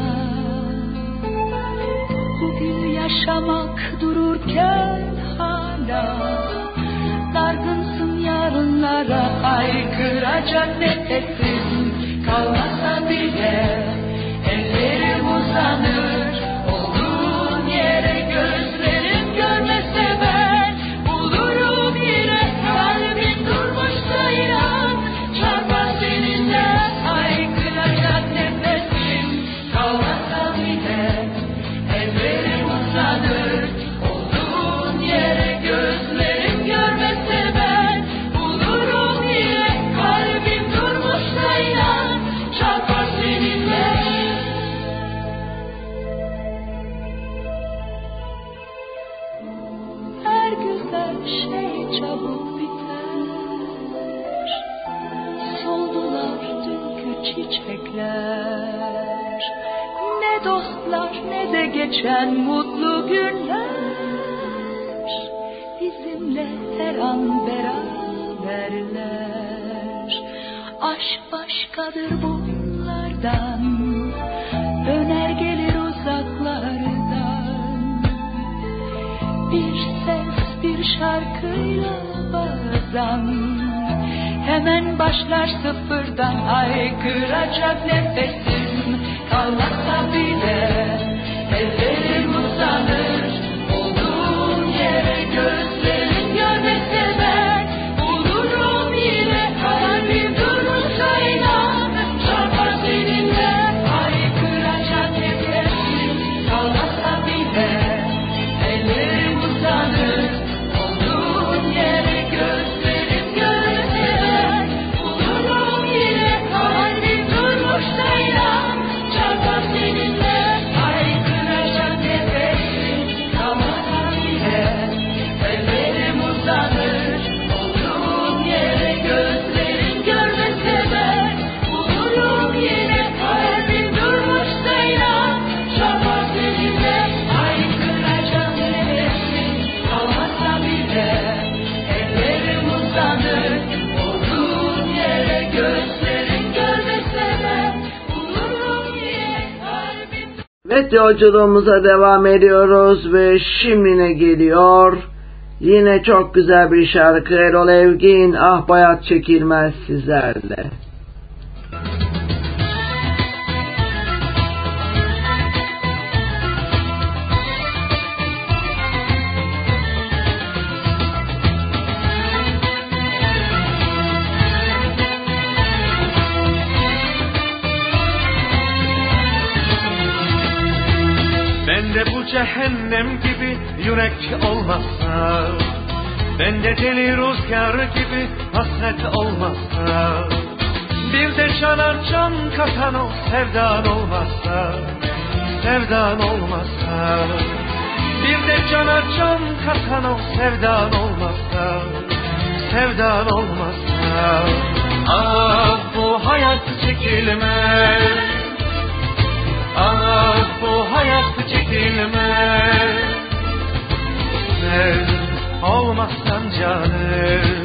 Bugün yaşamak dururken hala dargınsın yarınlara. Haykıracak nefesim kalmasa bile ellerim uzanır. Olduğun yere gözlerim görmese ben bulurum yine. Kalbim durmuşsa inan çarpar seninle. Haykıracak nefesim kalmasa bile ellerim uzanır. Olduğun yere gözlerim görmese ben bulurum yine. Kalbim durmuşsa inan çarpar seninle. Her güzel şey çabuk biter. Soldular dünkü çiçekler. Ne dostlar ne de geçen mutlu günler. Bizimle her an beraberler. Aşk başkadır bunlardan. Döner gelir uzaklardan. Bir ses bir şarkıyla bazen hemen başlar sıfırdan. Haykıracak nefesim kalmasa bile ellerim uzanır. Olduğun yere gözlerim görmese ben bulurum yine. Kalbim durursa inan çarpar seninle. Haykıracak nefesim kalmasa bile ellerim uzanır. Olduğun yere gözlerim görmese ben bulurum yine. Kalbim durmuşsa inan çarpar seninle. Haykıracak nefesim kalmasa bile ellerim uzanır. Olduğun yere gözlerim görmese ben bulurum yine. Kalbim durmuşsa inan çarpar seninle. Haykıracak nefesim kalmasa bile ellerim uzanır. Olduğun yere gözlerim görmese ben bulurum yine. Kalbim. Evet, yolculuğumuza devam ediyoruz ve şimdi ne geliyor? Yine çok güzel bir şarkı. Erol Evgin, Ah Bayat Çekilmez sizlerle. Bende bu cehennem gibi yürek olmazsa, bende deli rüzgar gibi hasret olmazsa, bir de cana can katan o sevdan olmazsa, sevdan olmazsa, bir de cana can katan o sevdan olmazsa, sevdan olmazsa. Ah bu hayat çekilmez. Ah bu hayat çekilmez. Sen olmazsan canım.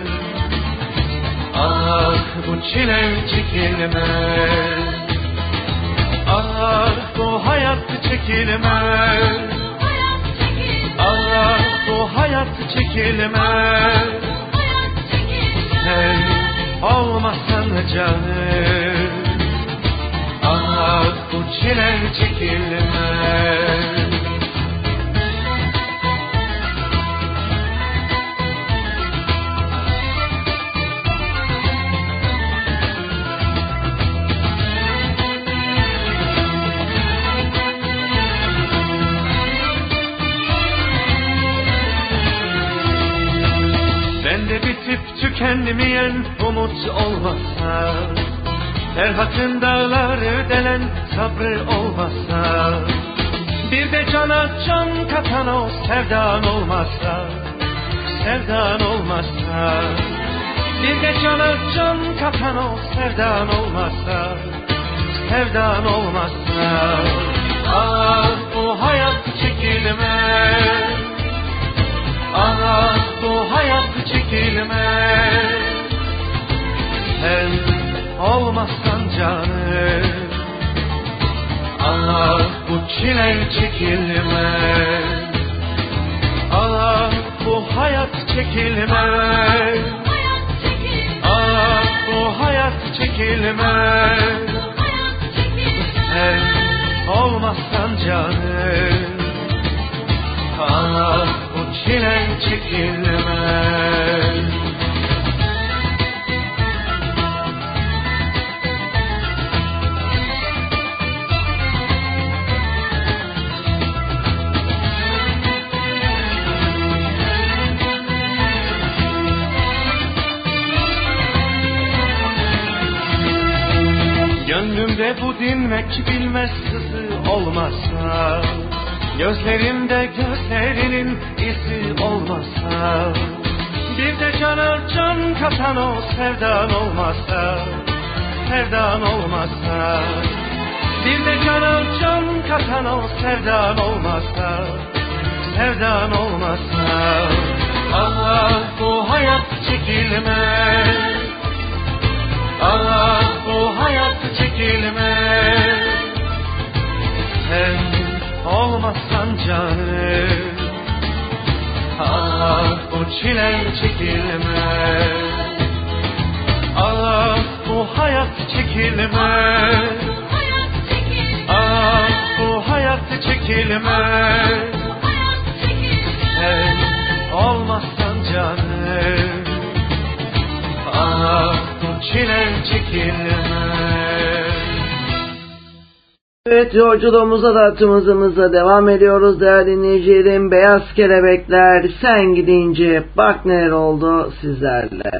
Ah bu çilem çekilmez. Ah bu hayat çekilmez. Ah bu hayat çekilmez. Sen olmasan canım. Ah bu çile çekilmez. Bende bitip tükenmeyen umut olmasa, Ferhat'ın dağları delen sabrı olmasa, bir de cana can katan o sevdan olmasa, sevdan olmasa, bir de cana can katan o sevdan olmasa, sevdan olmasa, ah bu hayat çekilmez. Ah bu hayat çekilmez. Sen olmazsan canım. Ah bu çile çekilmez. Ah bu hayat çekilmez. Ah bu hayat çekilmez. Sen olmazsan canım. Ah bu çile çekilmez. Gönlümde bu dinmek bilmez sızı olmasa, gözlerimde gözlerinin izi olmasa, bir de cana can katan o sevdan olmasa, sevdan olmasa, bir de cana can katan o sevdan olmasa, sevdan olmasa, Allah bu hayat çekilmez. Allah bu hayat çekilmez. Sen olmazsan canım. Ah bu çile çekilmez. Ah bu hayat çekilmez. Ah bu hayat çekilmez. Sen olmazsan canım. Ah bu çile çekilmez. Evet, yolculuğumuza da atımızımıza devam ediyoruz değerli dinleyicilerim. Beyaz Kelebekler, sen gidince bak neler oldu sizlerle.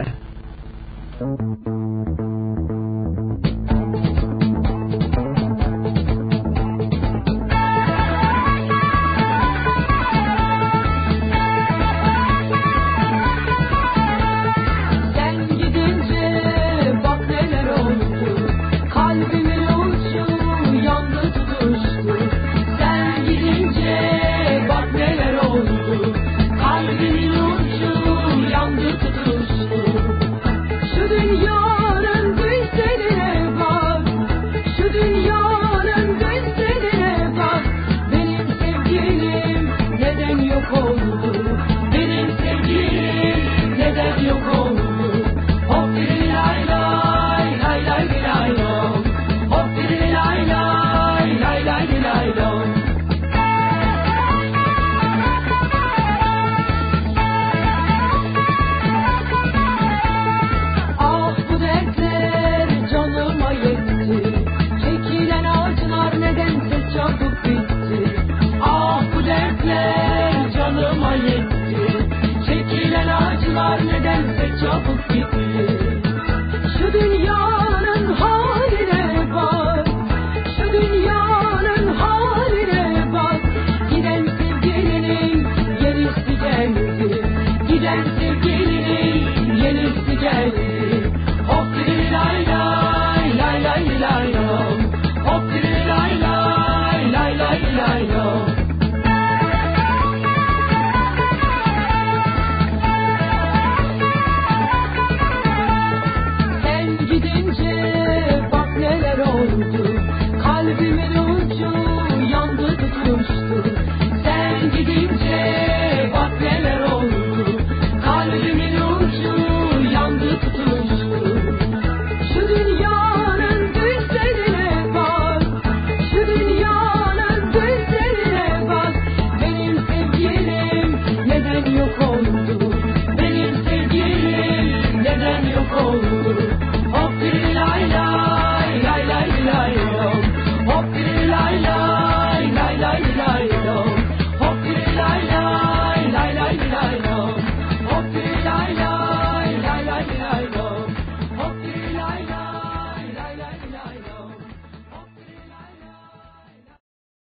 Kalbimin ucu yandı tutuştu.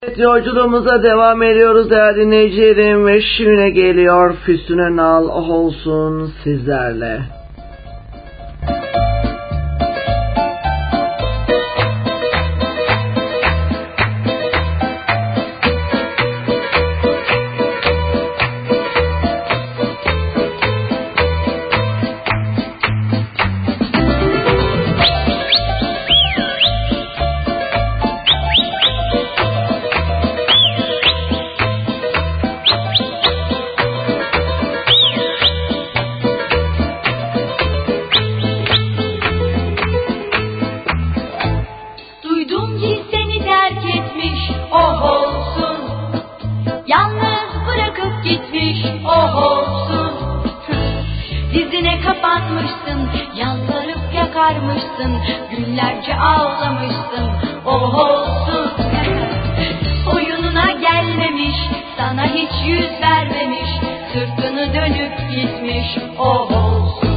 Evet, yolculuğumuza devam ediyoruz değerli dinleyicilerim ve şimdi geliyor Füsun Nal oh olsun sizlerle. Günlerce ağlamışsın, oh olsun. Oyununa gelmemiş, sana hiç yüz vermemiş, sırtını dönüp gitmiş, oh olsun.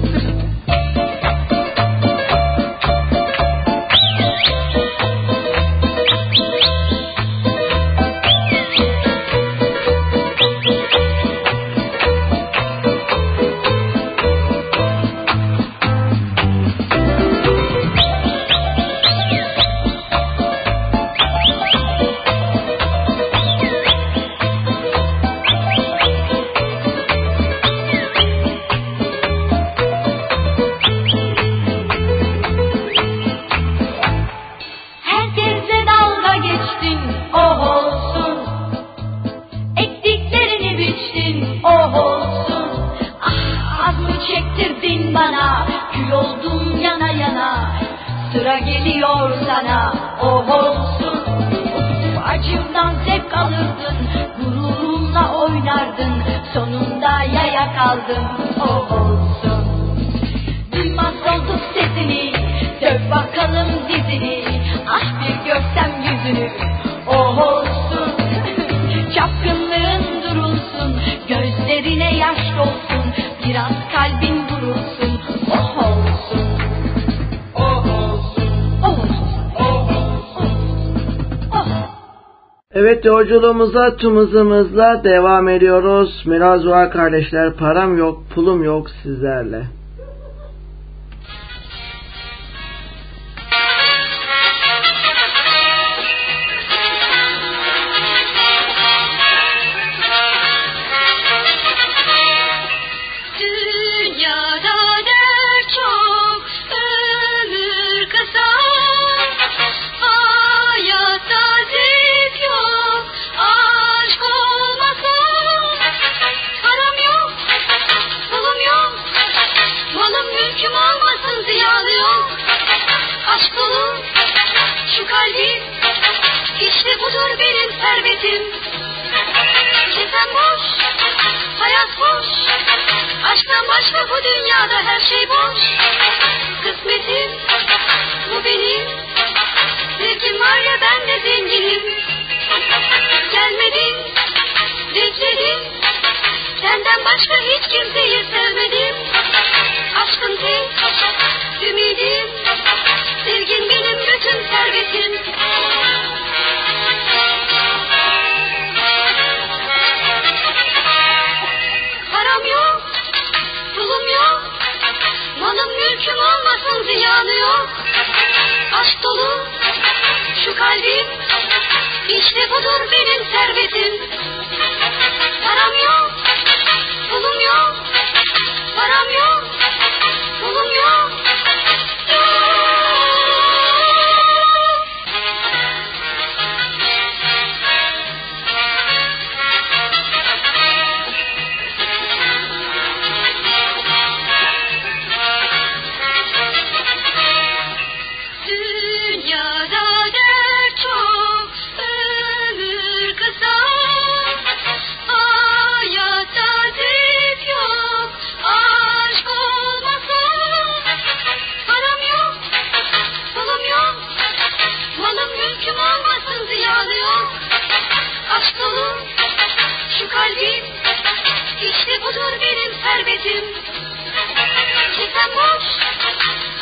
Evet, yolculuğumuza tüm hızımızla devam ediyoruz. Miraz var kardeşler, param yok, pulum yok sizlerle.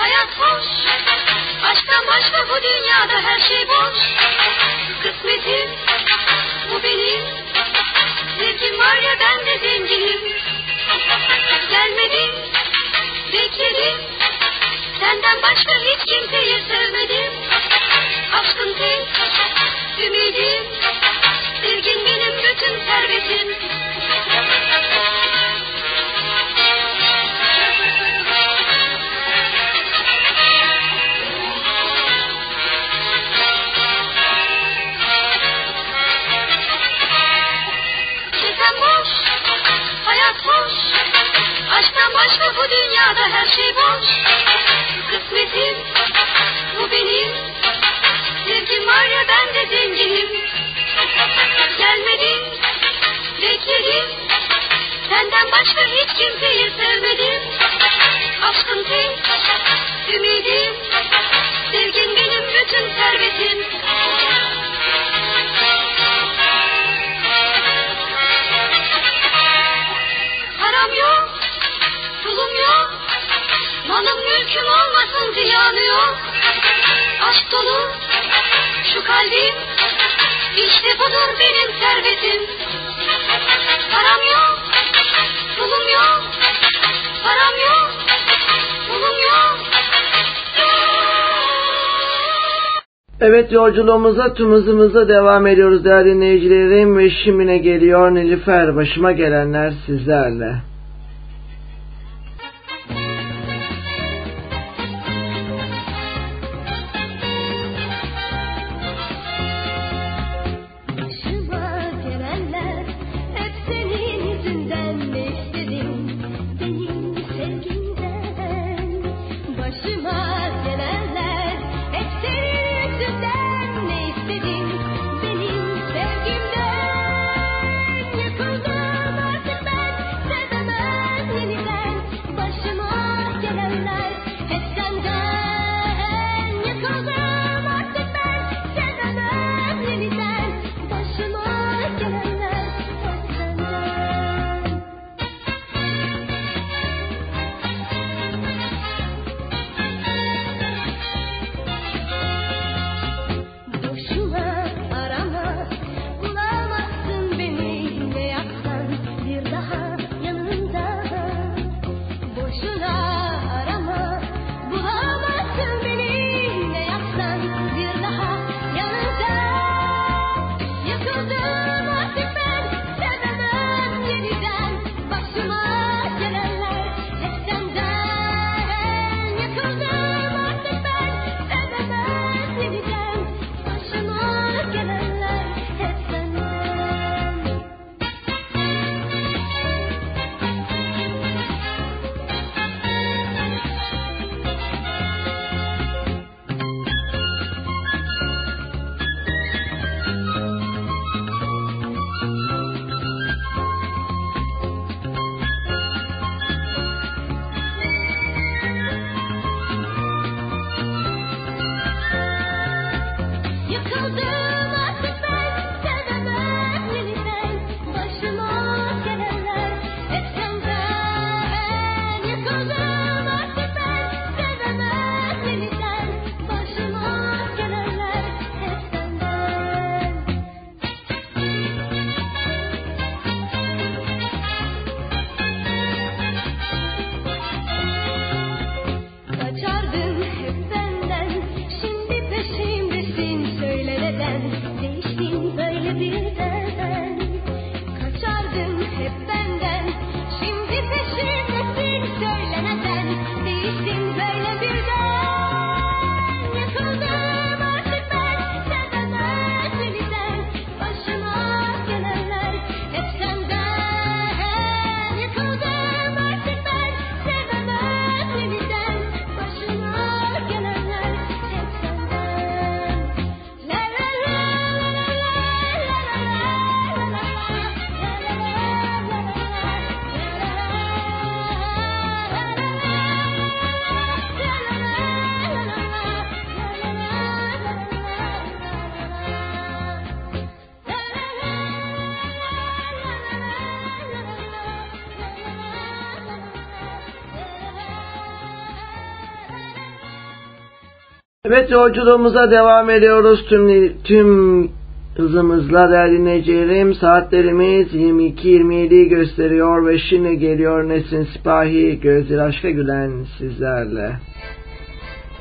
Aşktan başka bu dünyada her şey boş. Kısmetim Senden başka hiç kimseyi sevmedim. Aşkın tek ümidim, sevgin benim bütün servetim. Kesen boş, hayat hoş, aşktan başka bu dünyada her şey boş. Kısmetim, bu benim, sevgim var ya ben de zenginim. Gelmedin, bekledim, senden başka hiç kimseyi sevmedim. Aşkın tek ümidim, sevgin benim bütün servetim. Param yok, pulum yok, malım mülküm olmasın ziyanı yok. Aşk dolu şu kalbim, işte budur benim servetim. Param yok, pulum yok, param yok, pulum yok. Evet, yolculuğumuza tüm hızımızla devam ediyoruz değerli dinleyicilerim ve şimdine geliyor Nilüfer, başıma gelenler sizlerle. Evet, yolculuğumuza devam ediyoruz tüm hızımızla değerli dinleyicilerim. Saatlerimiz 22:27 gösteriyor ve şimdi geliyor Nesrin Sipahi, Gözleri Aşka Gülen sizlerle.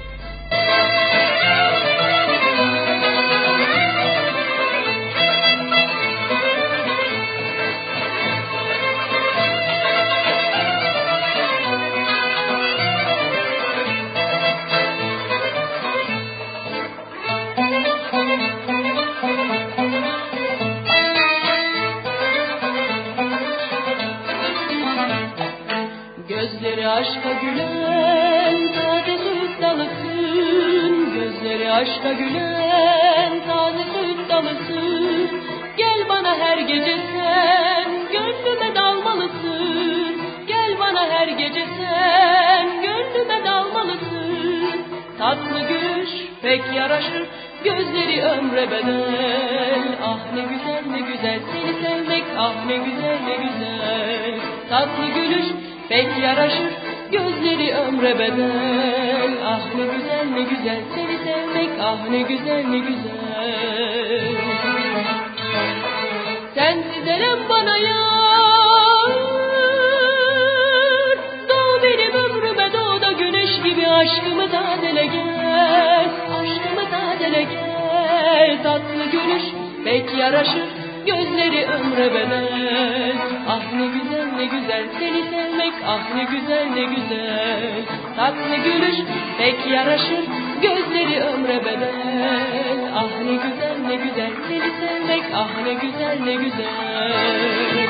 Gözleri aşka gülen taze süt dalısın. Gözleri aşka gülen taze süt dalısın. Gel bana her gece sen gönlüme dalmalısın. Gel bana her gece sen gönlüme dalmalısın. Tatlı gülüş pek yaraşır, gözleri ömre bedel. Ah ne güzel ne güzel seni sevmek, ah ne güzel ne güzel. Tatlı gülüş pek yaraşır, gözleri ömre bedel. Ah ne güzel ne güzel seni sevmek, ah ne güzel ne güzel. Sensiz elem bana yar, doğ benim ömrüme, doğ da güneş gibi aşkımı tazele gel. Aşkımı tazele gel. Tatlı gülüş pek yaraşır, gözleri ömre bedel. Ah ne güzel ne güzel seni sevmek, ah ne güzel ne güzel. Tatlı gülüş pek yaraşır, gözleri ömre bedel. Ah ne güzel ne güzel seni sevmek, ah ne güzel ne güzel.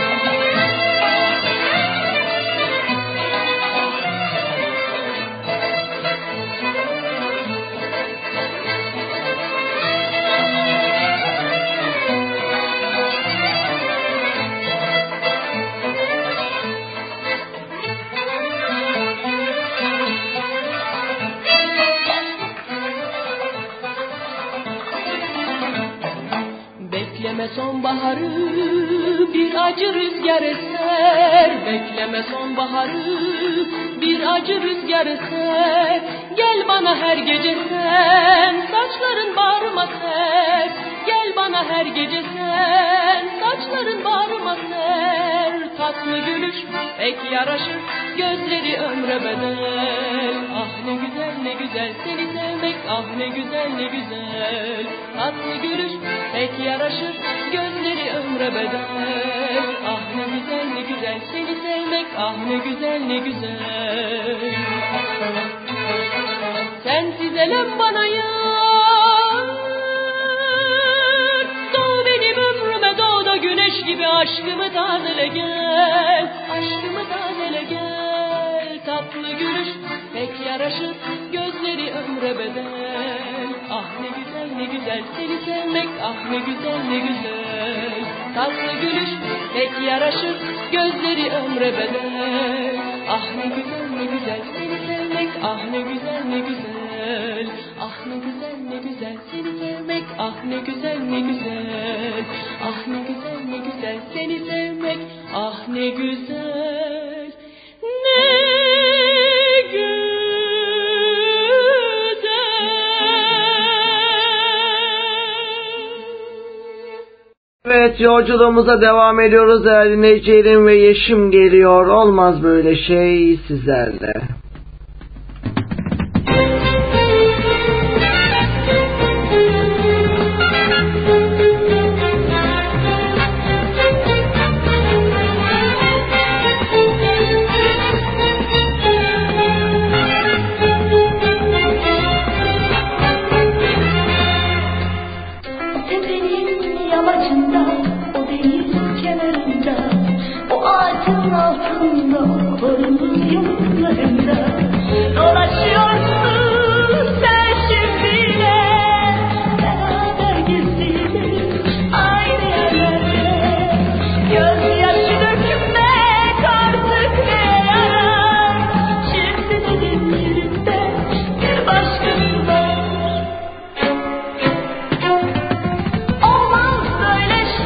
Bekleme sonbaharı, bir acı rüzgar eser. Bekleme sonbaharı, bir acı rüzgar eser. Gel bana her gece sen, saçların bağrıma ser. Gel bana her gece sen, saçların bağrıma ser. Tatlı gülüş pek yaraşır, gözleri ömre bedel. Ah ne güzel ne güzel seni sevmek, ah ne güzel ne güzel. Tatlı gülüş pek yaraşır, gözleri ömre bedel. Ah ne güzel ne güzel seni sevmek, ah ne güzel ne güzel. Sensiz elem bana yar, doğ benim ömrüme, doğ da güneş gibi aşkımı tazele gel. Aşkımı tazele gel. Tatlı gülüş pek yaraşır, gözleri ömre bedel. Ah ne güzel ne güzel seni sevmek, ah ne güzel ne güzel. Tatlı gülüş pek yaraşır, gözleri ömre bedel. Ah ne güzel ne güzel seni sevmek, ah ne güzel ne güzel. Ah ne güzel ne güzel seni sevmek, ah ne güzel ne güzel. Ah ne güzel ne güzel seni sevmek, ah ne güzel ne güzel. Evet, yolculuğumuza devam ediyoruz değerli dinleyicilerim ve Yeşim geliyor. Olmaz böyle şey sizlerle. Olmaz böyle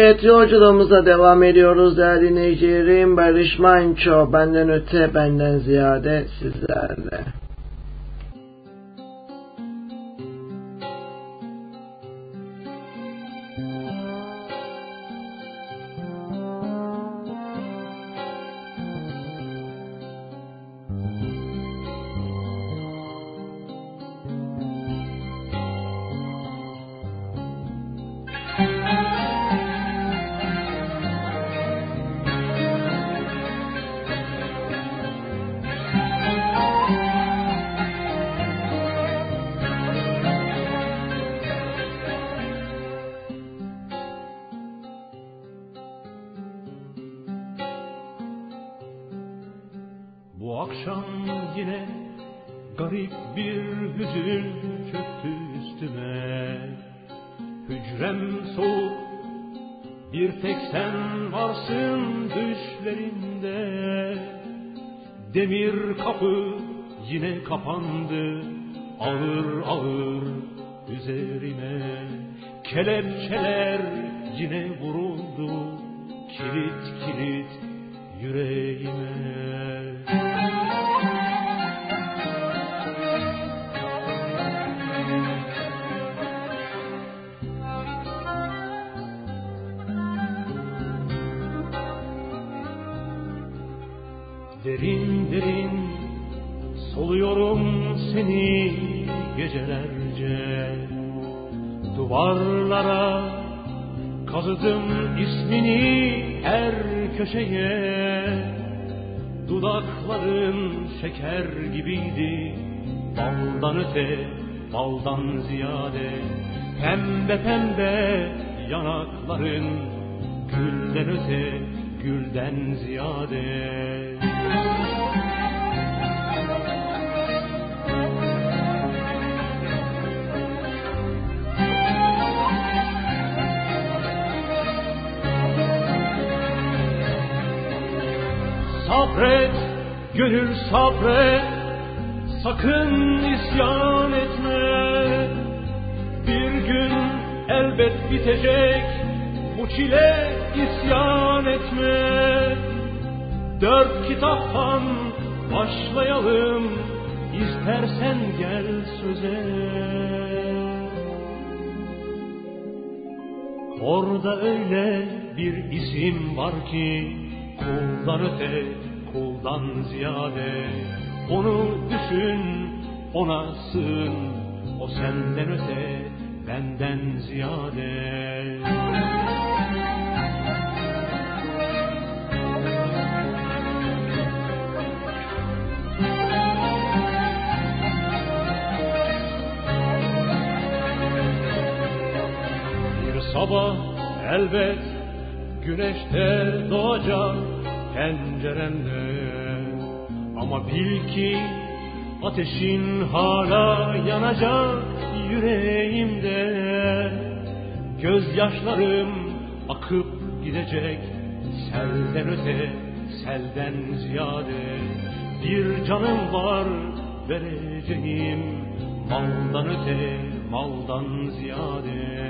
Evet, yolculuğumuza devam ediyoruz değerli dinleyicilerim. Barış Manço, benden öte benden ziyade sizlerle. Demir kapı yine kapandı ağır ağır üzerime. Kelepçeler yine vuruldu kilit kilit yüreğime. Derin derin soluyorum seni gecelerce. Duvarlara kazıdım ismini her köşeye. Dudakların şeker gibiydi, baldan öte, baldan ziyade. Pembe pembe yanakların, gülden öte, gülden ziyade. Sabret, gönül sabret, sakın isyan etme. Bir gün elbet bitecek bu çile, isyan etme. 4 kitaptan başlayalım, istersen gel söze. Orada öyle bir isim var ki, kuldan öte, kuldan ziyade. Onu düşün, ona sığın, o senden öte, benden ziyade. Bir sabah elbet güneşte doğacak penceremde. Ama bil ki ateşin hala yanacak yüreğimde. Gözyaşlarım akıp gidecek selden öte, selden ziyade. Bir canım var vereceğim, maldan öte, maldan ziyade.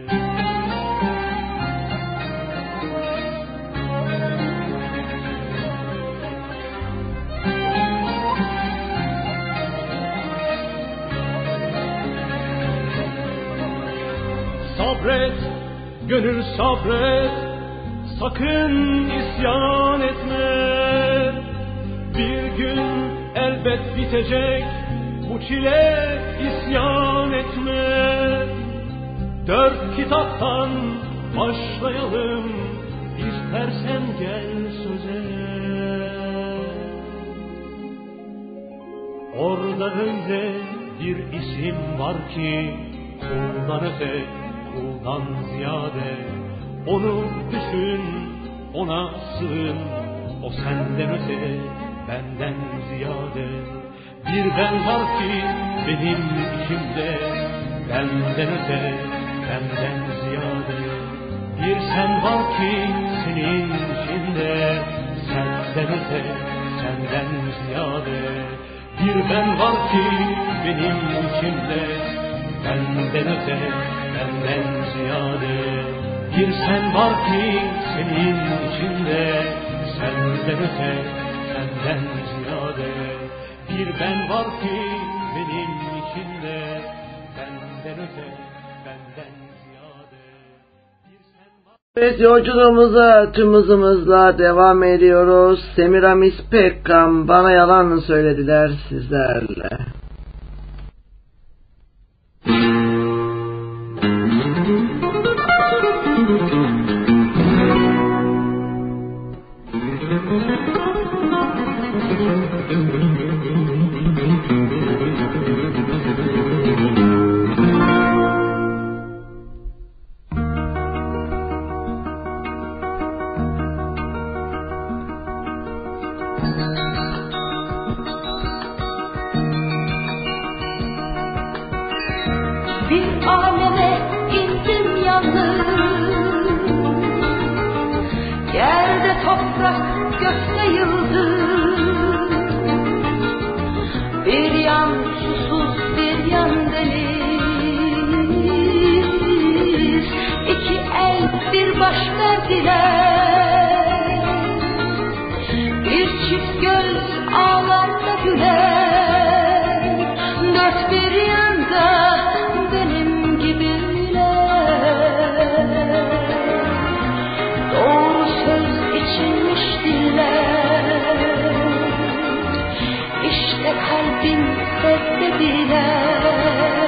Sabret, gönül sabret, sakın isyan etme. Bir gün elbet bitecek bu çile, isyan etme. 4 kitaptan başlayalım, istersen gel söze. Orada öyle bir isim var ki, kuldan öte, kuldan ziyade. Onu düşün, ona sığın, o senden öte, benden ziyade. Bir ben var ki benim içimde, benden öte, benden ziyade. Bir sen var ki senin içinde, senden öte, senden ziyade. Bir ben var ki benim içimde, benden öte, benden ziyade. Bir sen var ki senin içinde, senden öte, senden ziyade. Bir ben var ki benim içinde, benden öte, benden ziyade. Bir sen var... Evet, yolculuğumuza tüm hızımızla devam ediyoruz. Semiramis Pekkan, Bana Yalan Söylediler sizlerle. Bir aleme indim yalnız, yerde toprak gökte yıldız. Bir yan susuz bir yan deniz, iki el bir baş verdiler. Bir çift göz ağlar da güler, dört bir yanda benim gibiler. Doğru söz içinmiş diller, İşte kalbim reddediler.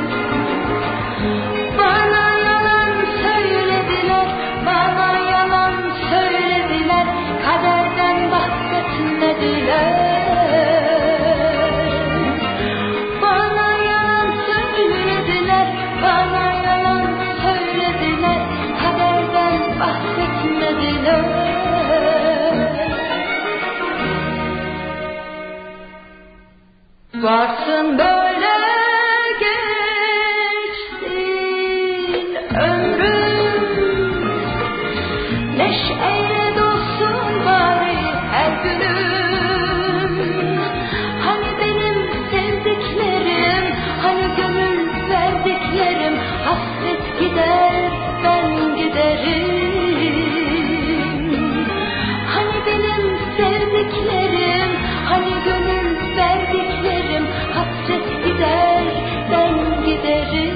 Bana yalan söylediler, bana yalan söylediler, kaderden bahsetmediler. Bana yalan söylediler, bana yalan söylediler, kaderden bahsetmediler. Varsın böyle geçsin ömrüm, neşeyle dolsun bari her günüm. Hani benim sevdiklerim, hani gönül verdiklerim, hasret gider ben giderim. Hani benim sevdiklerim, hani gönül verdiklerim, hasret gider ben giderim.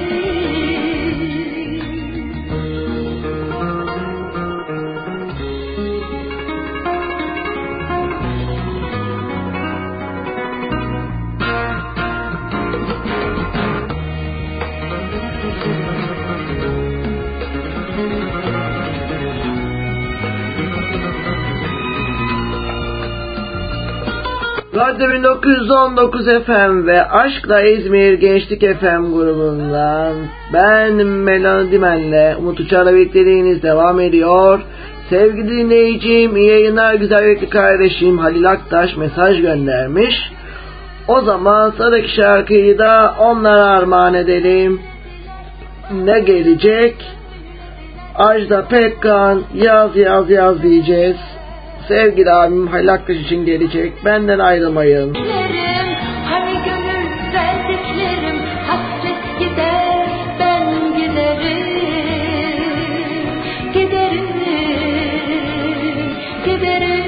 Radyo 1919 FM ve Aşkla İzmir Gençlik FM grubundan ben Melodimen'le Umut Uçar'la beklediğiniz devam ediyor. Sevgili dinleyicim, iyi yayınlar güzel yürekli kardeşim Halil Aktaş mesaj göndermiş. O zaman sıradaki şarkıyı da onlara armağan edelim. Ne gelecek? Ajda Pekkan, Yaz Yaz Yaz diyeceğiz. Sevgili abim Halil Aktaş için gelecek. Benden ayrılmayın. Hani gönül verdiklerim, hasret gider ben giderim. Giderim, giderim.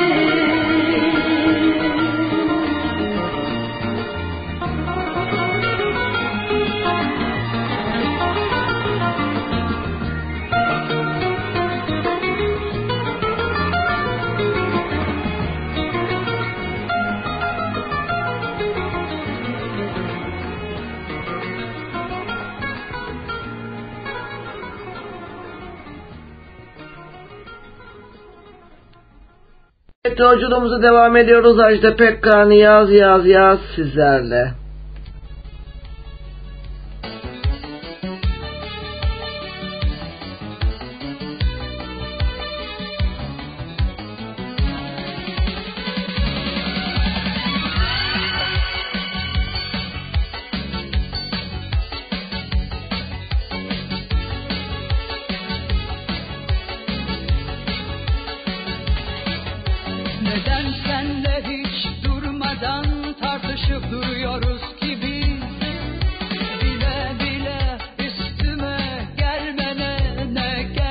Yolculuğumuza devam ediyoruz. Ajda Pekkan, Yaz Yaz Yaz sizlerle. Neden senle hiç durmadan tartışıp duruyoruz ki biz? Bile bile üstüme gelmene ne gerek?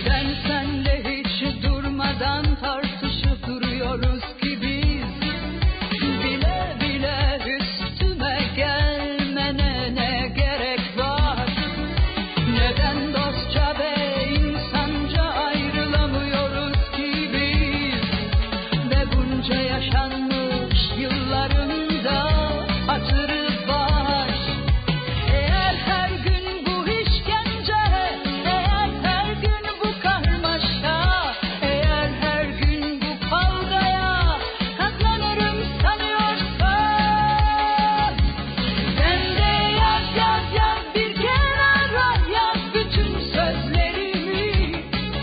Neden senle hiç durmadan tartışıp duruyoruz ki biz? Bile bile üstüme gelmene ne gerek var? Neden dostça ve insanca ayrılamıyoruz ki biz? Ve bunca yaşanmış yıllarında hatırı var. Eğer her gün bu işkence, eğer her gün bu karmaşa, eğer her gün bu kavgaya katlanırım sanıyorsan, sen de yaz yaz yaz bir kenara, yaz bütün sözlerimi.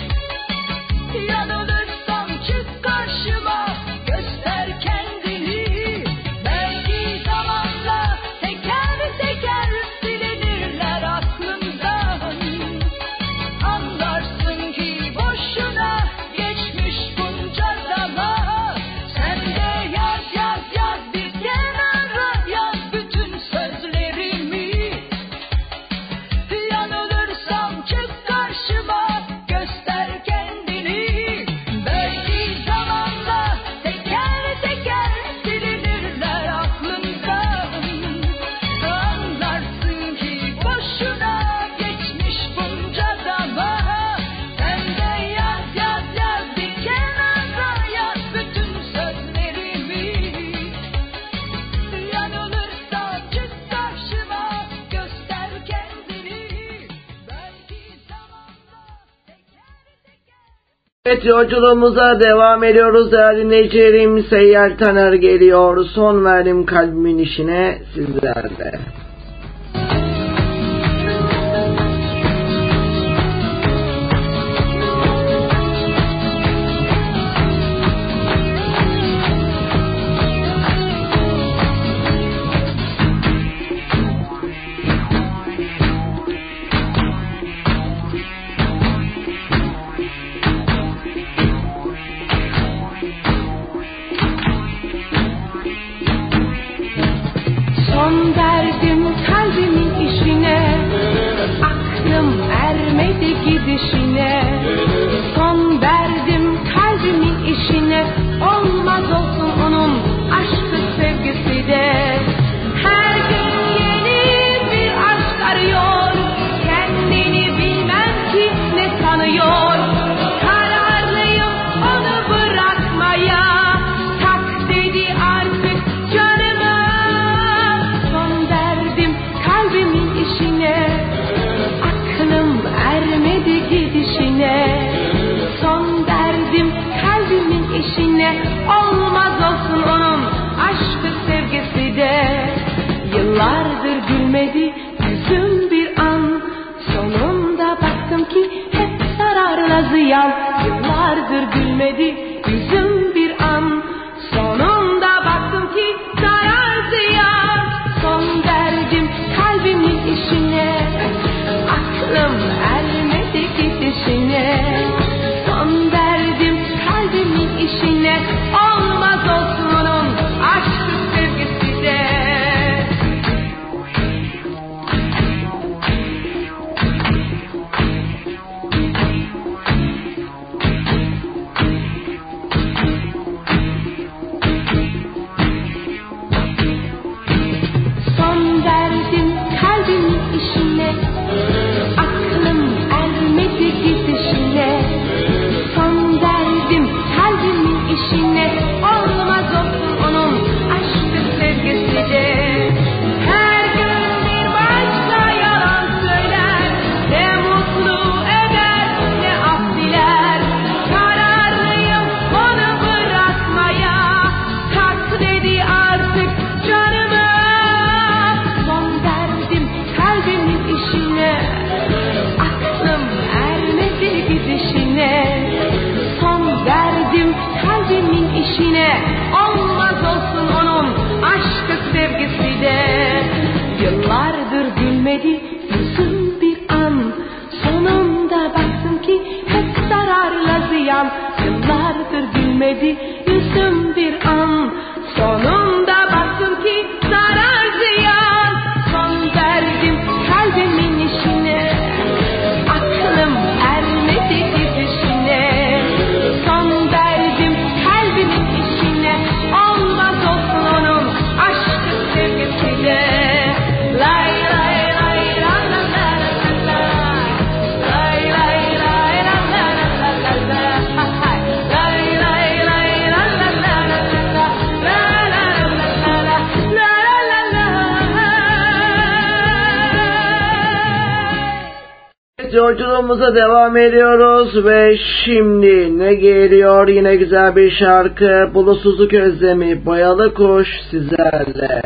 Yanılırsam çık karşıma, göster kendini. Belki zamanla teker teker silinirler aklımdan. Anlarsın ki boşuna geçmiş bunca zaman. Sen de yaz yaz yaz bir kenara, yaz bütün sözlerimi. Yanılırsam çık karşıma, göster kendini. Belki zamanla teker teker silinirler aklımdan. Anlarsın ki boşuna geçmiş bunca zaman. Sen de yaz yaz yaz bir kenara, yaz bütün sözlerimi. Yanılırsam çık karşıma, göster kendini. Belki zamanla teker teker. Evet, yolculuğumuza devam ediyoruz değerli dinleyicilerim. Seyyar Taner geliyor. Son verdim kalbimin işine sizlerle. Son verdim kalbimin işine, aklım ermedi gidişine. Son verdim kalbimin işine, olmaz olsun onun aşkı sevgisi de. Her gün yeni bir aşk arıyor, kendini bilmem ki ne sanıyor. Kararlıyım onu bırakmaya, tak dedi artık canıma. Son verdim kalbimin işine, aklım ermedi gidişine. Son verdim kalbimin işine, olmaz olsun onun aşkı sevgisi de. Yıllardır gülmedi yüzüm bir an, sonunda baktım ki hep zararla ziyan. Yıllardır gülmedi yüzüm bir an, sonunda baktım ki zarar ziyan. Son verdim kalbimin işine, aklım ermedi gidişine. Son verdim kalbimin işine, olmaz olsun onun aşkı sevgisi de. Son verdim kalbimin işine, aklım ermedi gidişine. yolculuğumuza devam ediyoruz ve şimdi ne geliyor? Yine güzel bir şarkı. Bulutsuzluk özlemi, boyalı kuş sizlerle.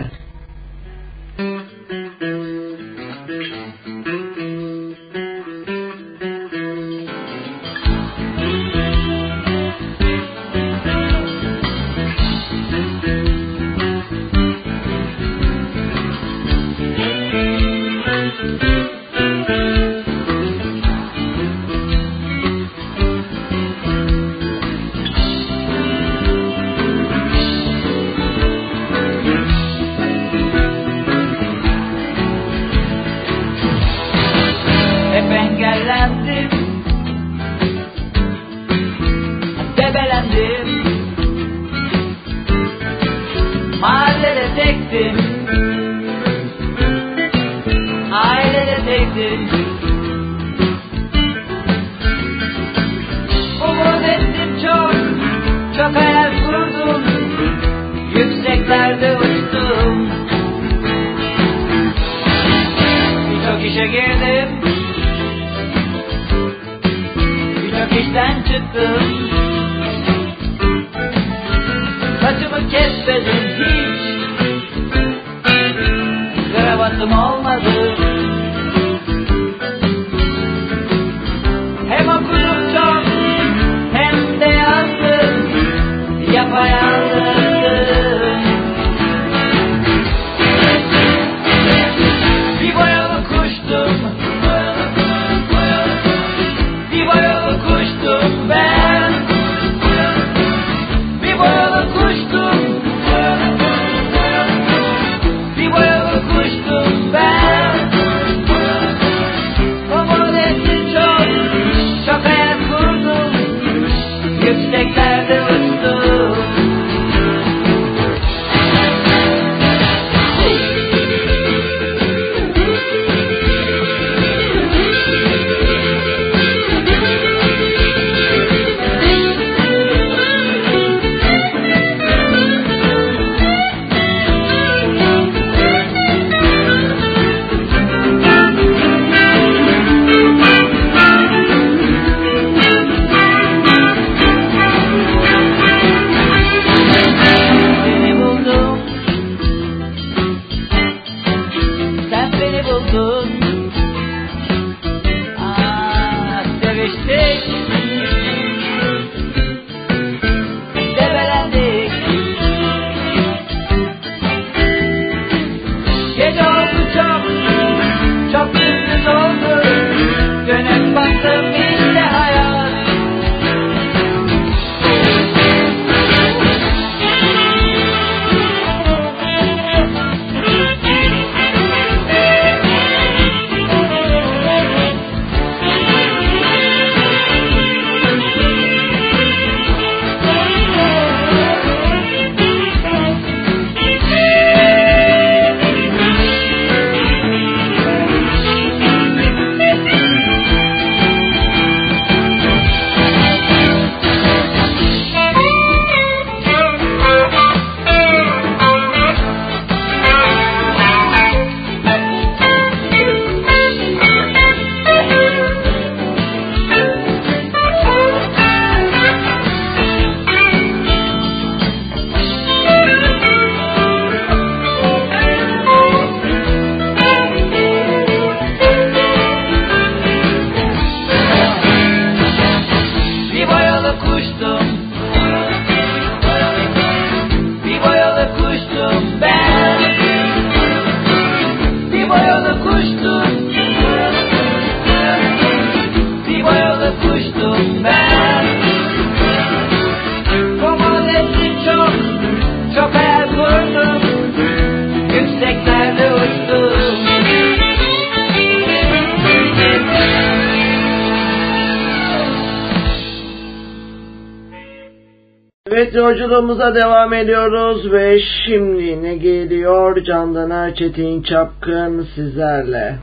Yolculuğumuza devam ediyoruz ve şimdi ne geliyor? Candan Erçetin Çapkın sizlerle.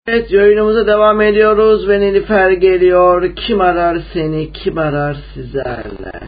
Evet, yayınımıza devam ediyoruz ve Nilüfer geliyor. Kim arar seni, kim arar sizlerle.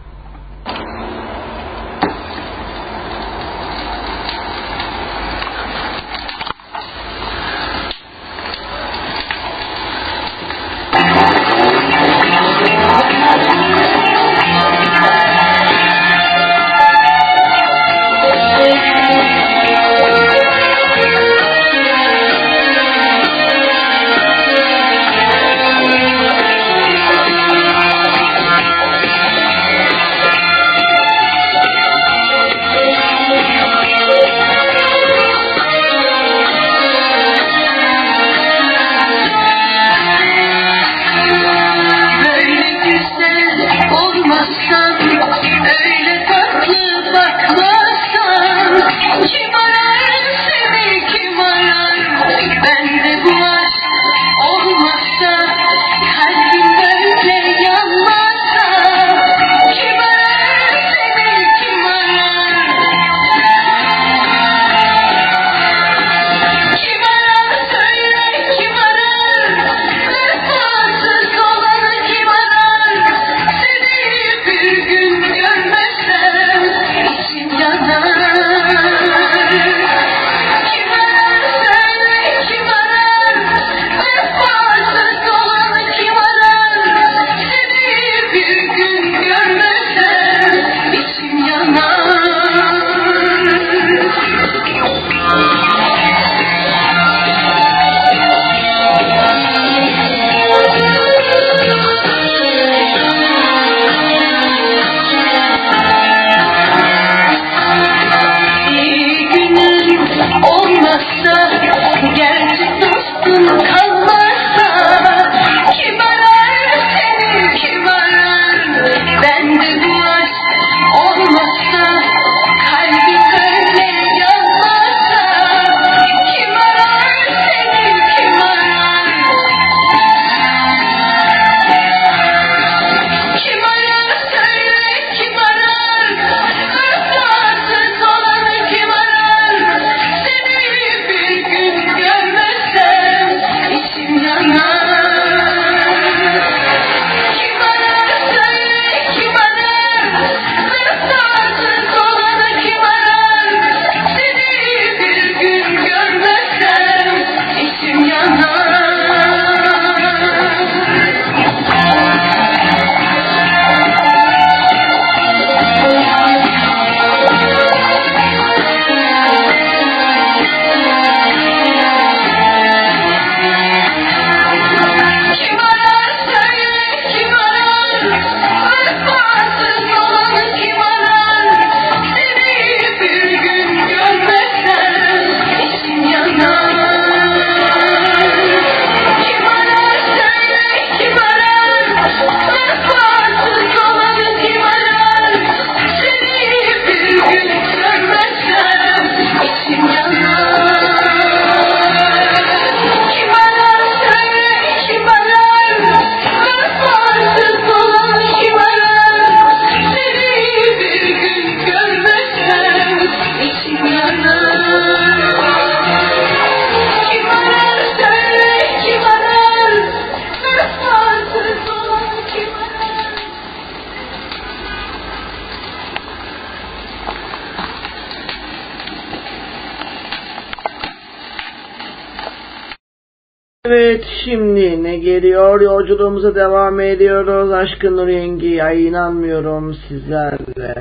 Evet, şimdi ne geliyor? Yolculuğumuza devam ediyoruz. Aşkın Nur Yengi, ay inanmıyorum sizlerle.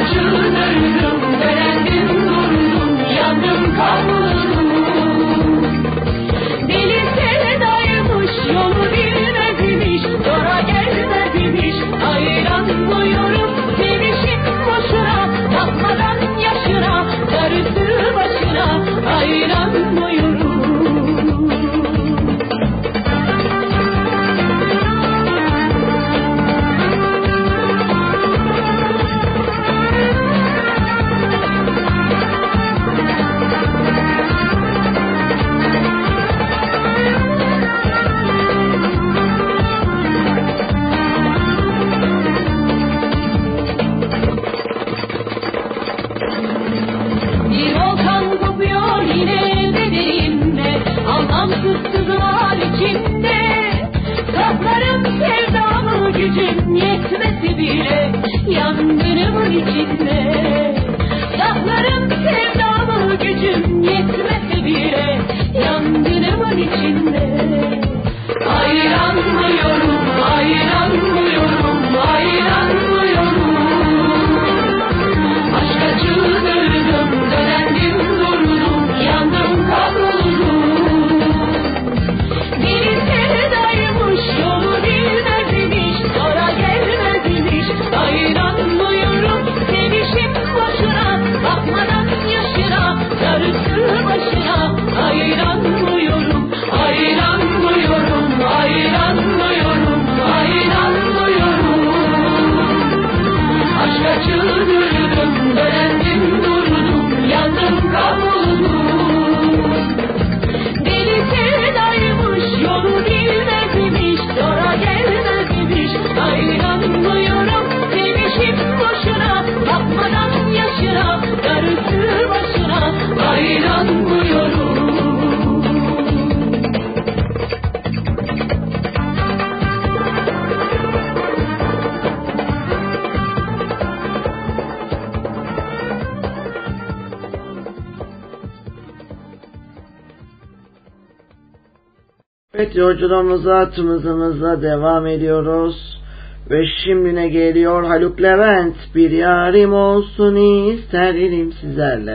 Evet, yolculuğumuza, tımızımıza devam ediyoruz. Ve şimdi ne geliyor? Haluk Levent, bir yarim olsun isterim sizlerle.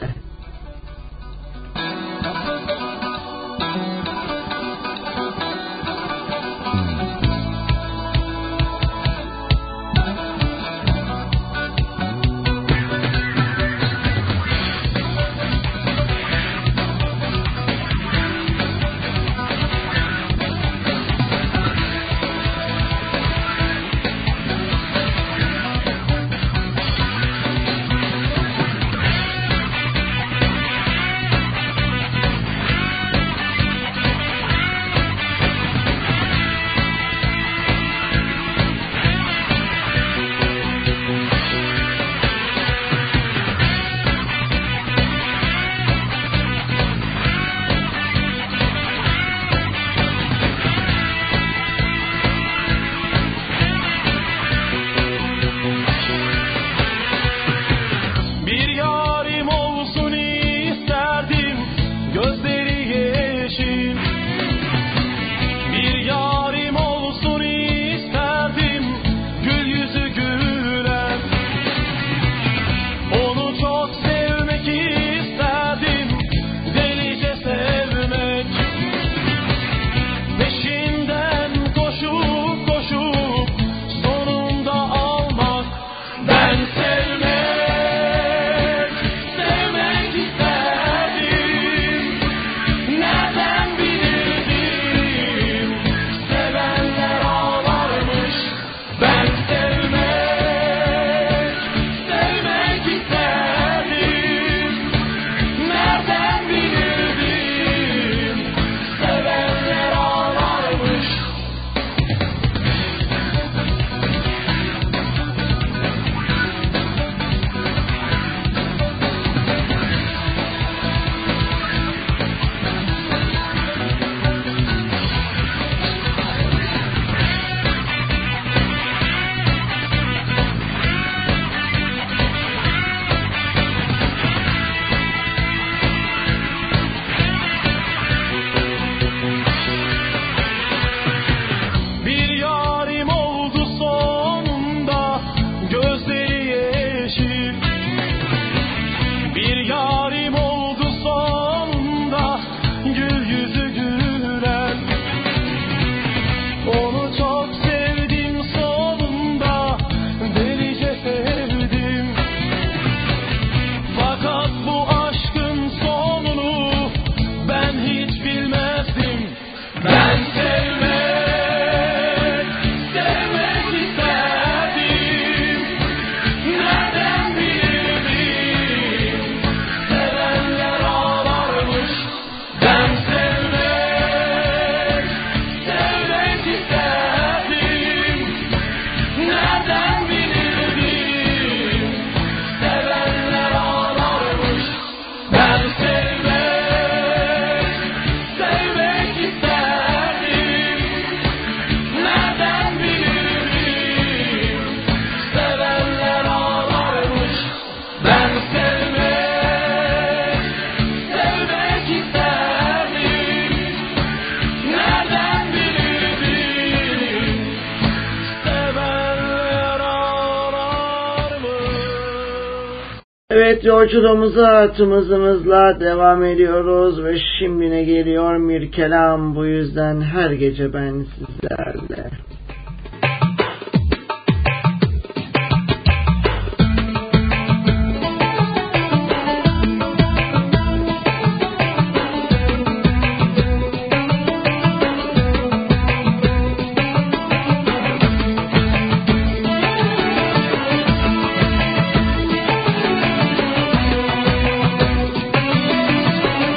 Evet, yolculuğumuza tüm hızımızla devam ediyoruz ve şimdi ne geliyor? Bir kelam, bu yüzden her gece ben sizlerle.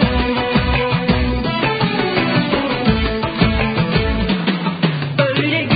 Öyle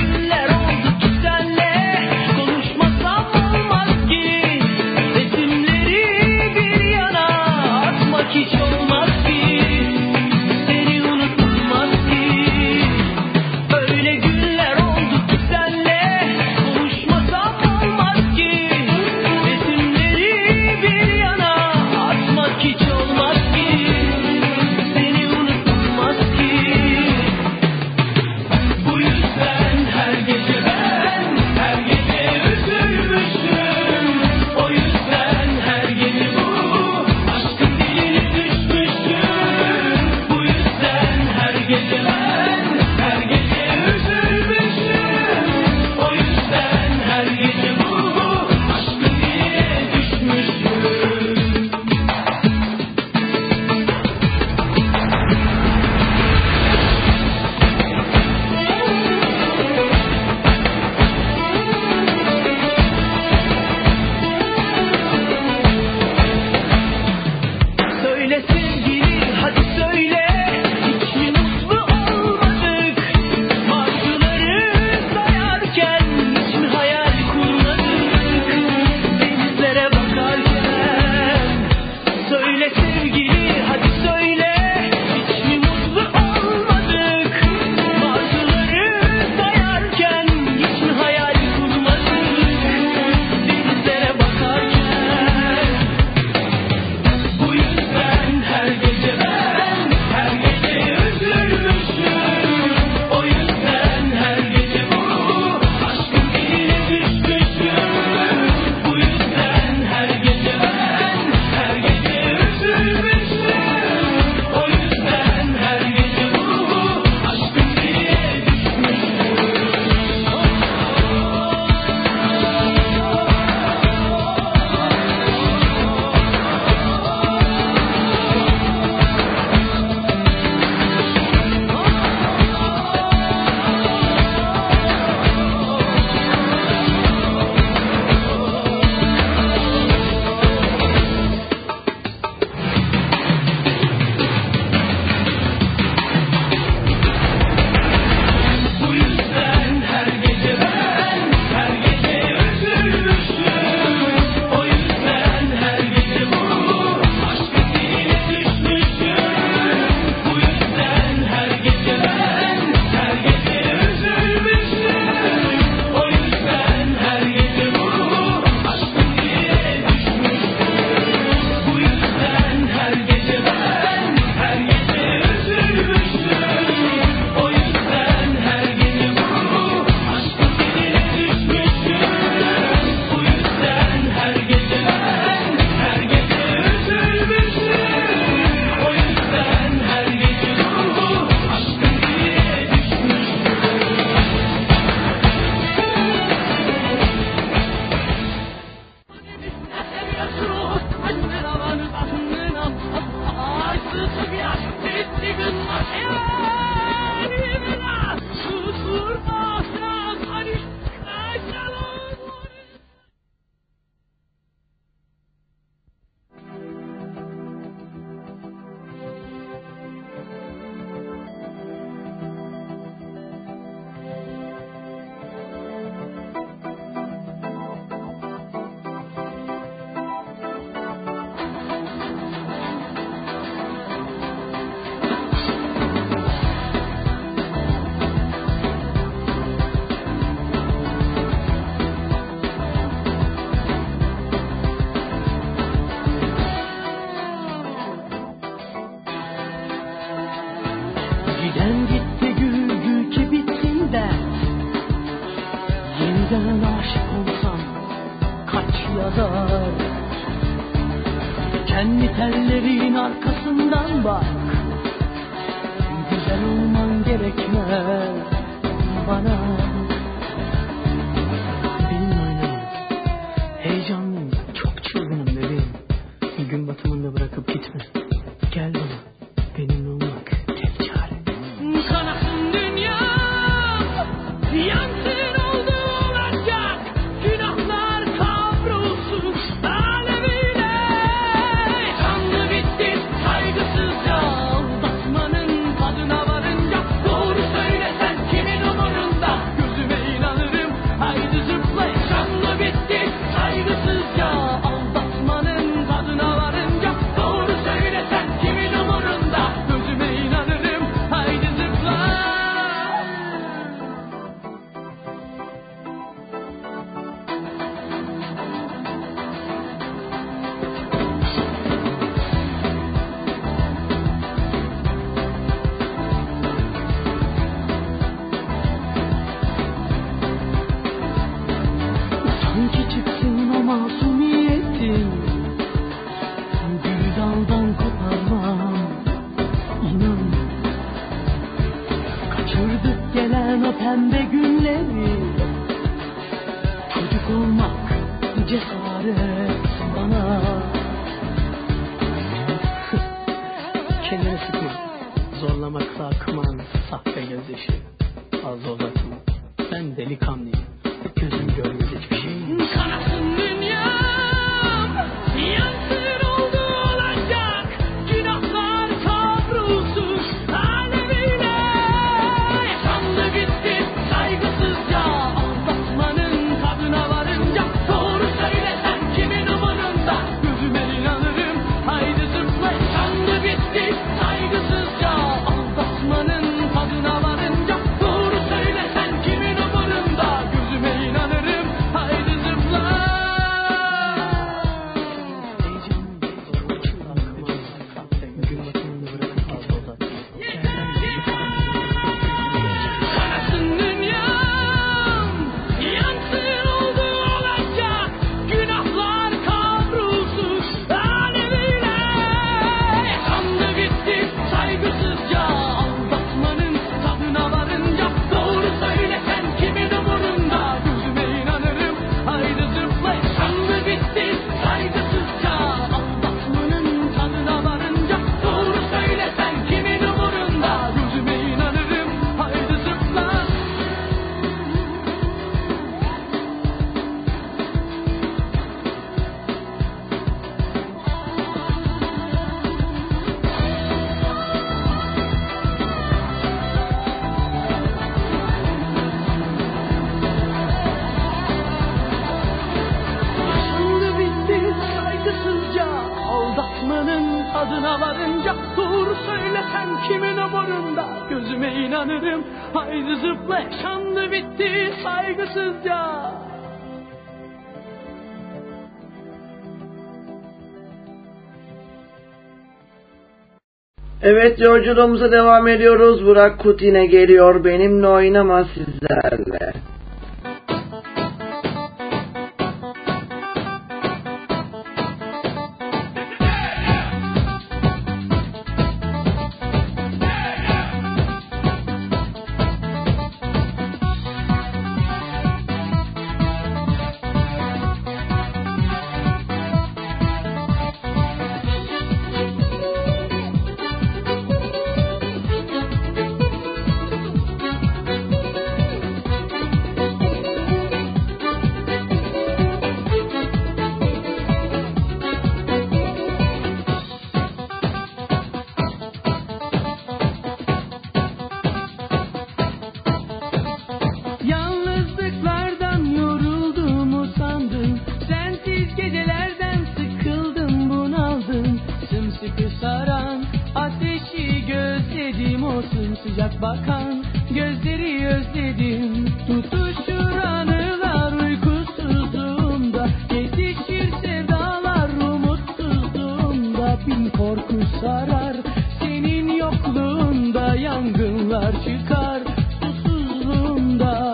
Tenli tellerin arkasından bak. Güzel olman gerekmez bana. Benimle oynama. Heyecanlıyım, çok çılgınım bebeğim. Gün batımında bırakıp gitme. Gel bana, benimle olmak tek çare. Kanasın dünyam, yansın oldu olacak. Günahlar kavrulsun alemiyle. Canlı bitti saygısızca, aldatmanın tadına varınca. Doğru söylesen kimin umurunda? Gözüme inanırım, haydi zıpla. Canlı bitti saygısızca, aldatmanın tadına varınca. Doğru söylesen kimin umurunda? Gözüme inanırım, haydi zıpla. Sanki çıksın o masumiyetin, gül daldan koparmam. İnan, kaçırdık gelen o pembe günleri. Çocuk olmak cesaret bana. Kendini sıkma, zorlamakla akman sahte gözyaşı. Fazla uzatma, ben delikanlıyım, gözüm görmez hiçbir şey. Kanasın dünyam, yansın oldu olacak. Günahlar kavrulsun alemiyle. Yaşandı bitti saygısızca, aldatmanın tadına varınca. Doğru söylesen kimin umurunda? Gözüme inanırım, haydi zıpla. Yaşandı bitti saygısızca, aldatmanın tadına varınca. Doğru söylesen kimin umurunda? Gözüme inanırım, haydi zıpla. Kanasın dünyam, yansın oldu olacak. Günahlar kavrulsun alemiyle. Yaşandı bitti saygısızca, aldatmanın tadına varınca. Doğru söylesen kimin umurunda? Gözüme inanırım, haydi zıpla. Yaşandı bitti saygısızca, aldatmanın tadına varınca. Doğru söylesen kimin umurunda? Gözüme inanırım, haydi zıpla. Yaşandı bitti saygısızca, aldatmanın tadına varınca. Doğru söylesen kimin umurunda? Gözüme inanırım, haydi zıpla. Yaşandı bitti saygısızca. Evet, yolculuğumuza devam ediyoruz. Burak Kut yine geliyor. Benimle oynama sizlerle. Yalnızlıklardan yorulduğumu sandım. Sensiz gecelerden sıkıldım, bunaldım. Sımsıkı saran ateşi gözledim. O sımsıcak bakan gözleri özledim. Tutuşur anılar uykusuzluğumda. Yetişir sevdalar umutsuzluğumda. Bin korku sarar senin yokluğunda. Yangınlar çıkar susuzluğumda.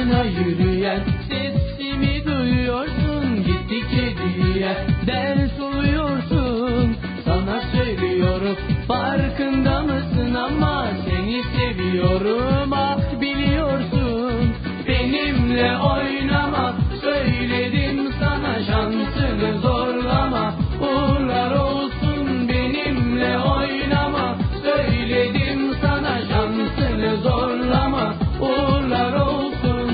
Aşkına yürüyen sesimi duyuyorsun, gittikçe diye ders oluyorsun. Sana söylüyorum, farkında mısın ama seni seviyorum. Ah biliyorsun, benimle oynama. Söyledim sana, şansını zorlama. Uğurlar olsun, benimle oynama. Söyledim sana, şansını zorlama. Uğurlar olsun.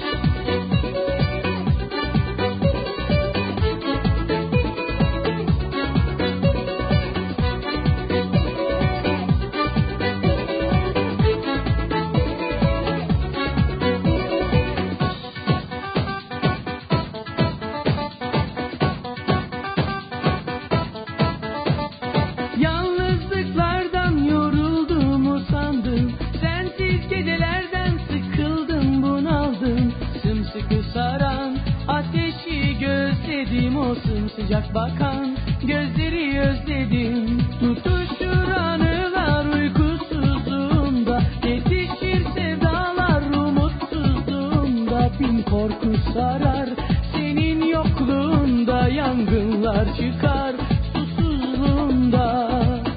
Yalnızlıklardan yorulduğumu sandım. Sensiz gecelerden sıkıldım, bunaldım. Sımsıkı saran ateşi gözledim. O sımsıcak bakan gözleri özledim. Tutuşur anılar uykusuzluğumda. Yetişir sevdalar umutsuzluğumda. Bin korku sarar senin yokluğunda. Yangınlar çıkar susuzluğumda.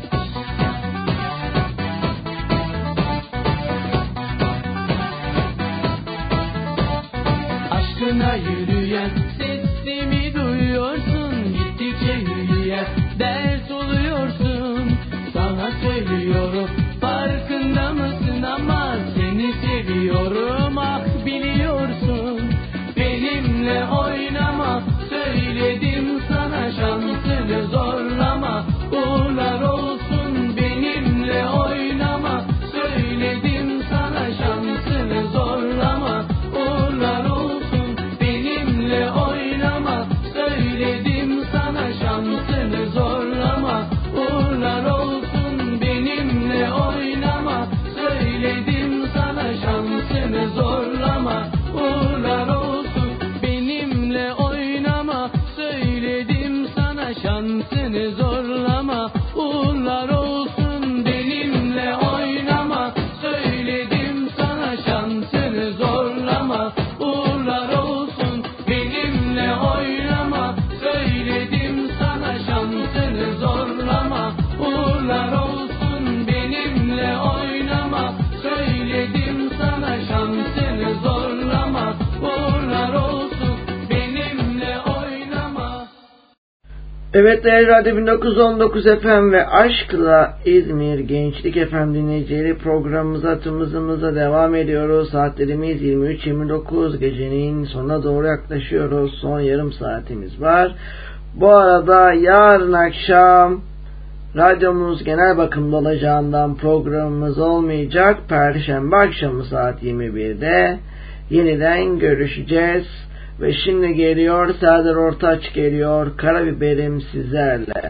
Aşkına yürüyen sesimi duyuyorsun, gittikçe yürüyen ders oluyorsun. Sana söylüyorum, farkında mısın ama seni seviyorum. Ah biliyorsun, benimle oynama. Söyledim sana, şansını zorlama. Uğurlar olsun, benimle oynama. Söyledim sana, şansını zorlama. Uğurlar olsun, benimle oynama. Söyledim sana, şansını zorlama. Uğurlar olsun, benimle oynama. Söyledim sana, şansını zorlama. Uğurlar olsun, benimle oynama. Söyledim sana, şansını zorlama. Uğurlar olsun, benimle oynama. Söyledim sana, şansını zorlama. Uğurlar olsun, benimle oynama. Söyledim sana, şansını zorlama. Uğurlar olsun, benimle oynama. Söyledim sana, şansını zorlama. Uğurlar olsun, benimle oynama. Evet değerli Radyo 1919 FM ve Aşkla İzmir Gençlik FM dinleyicileri, programımıza tımızımıza devam ediyoruz. Saatlerimiz 23.29, gecenin sonuna doğru yaklaşıyoruz. Son yarım saatimiz var. Bu arada yarın akşam radyomuz genel bakımda olacağından programımız olmayacak. Perşembe akşamı saat 21'de yeniden görüşeceğiz. Ve şimdi geliyor Serdar Ortaç geliyor, Karabiberim sizlerle.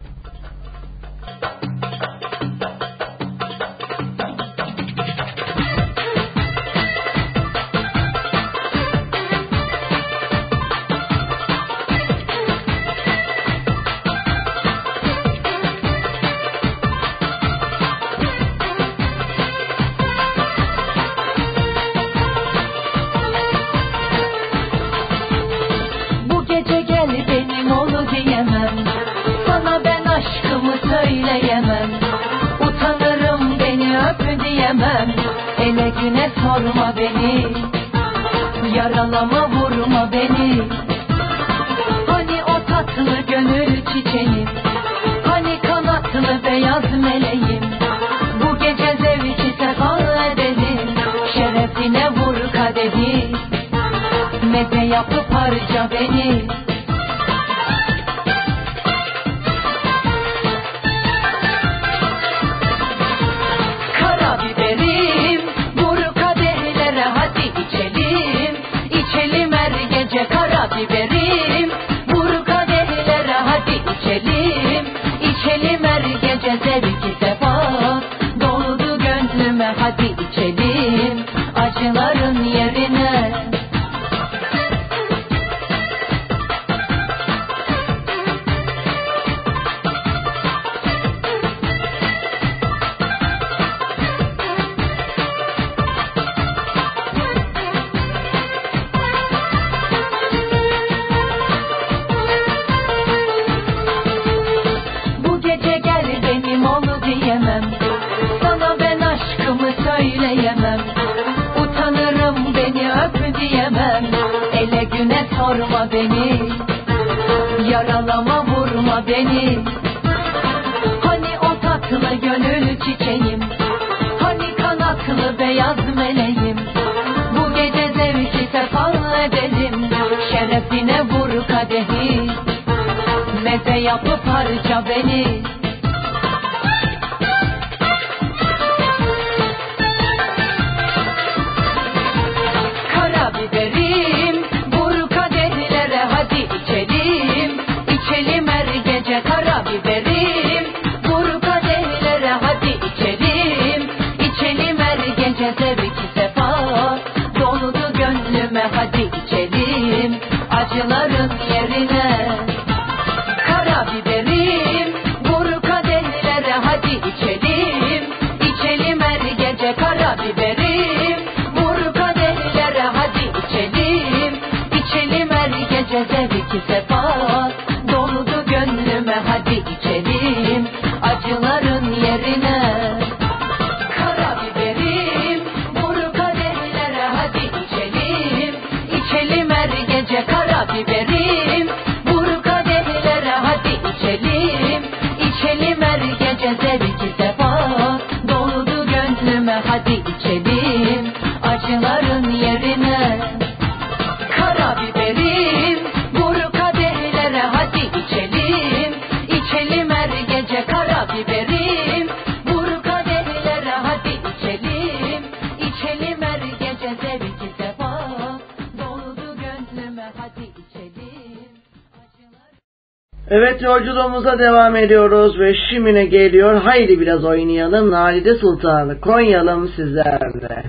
Ele güne sorma beni, yaralama vurma beni. Hani o tatlı gönül çiçeğim, hani kanatlı beyaz meleğim. Bu gece zevki sefa edelim, şerefine vur kadehi. Meze yapıp harca beni. Karabiberim, vur kadehlere hadi içelim. İçelim her gece zevki sefa, doldu gönlüme hadi içelim. Acıların yerine sorma beni, yaralama vurma beni. Hani o tatlı gönül çiçeğim, hani kanatlı beyaz meleğim. Bu gece zevki sefal edelim, şerefine vur kadehi, meze yapıp harca beni. Karabiberim vur kadehlere, hadi içelim, içelim her gece. Karabiberim vur kadehlere, hadi içelim, içelim her gece. Zevki sefa doludu gönlüme, hadi içelim acıların yerine. Karabiberim vur kadehlere, hadi içelim, içelim her gece. Karabiberim vur kadehlere, hadi içelim, içelim her gece. Zevki sefa doludu gönlüme, hadi içelim acıların yerine. Karabiberim vur kadehlere, hadi içelim, içelim her gece. Karabiberim vur kadehlere, hadi içelim, içelim her gece. Zevki sefa doludu gönlüme, hadi içelim acıların yerine. Karabiberim vur kadehlere, hadi içelim, içelim her gece. Karabiberim vur kadehlere, hadi içelim, içelim her gece. Zevki sefa doludu gönlüme, hadi içelim acıların. Evet, yolculuğumuza devam ediyoruz ve şimdi geliyor. Haydi biraz oynayalım. Nadide Sultanı Konyalım sizlerle.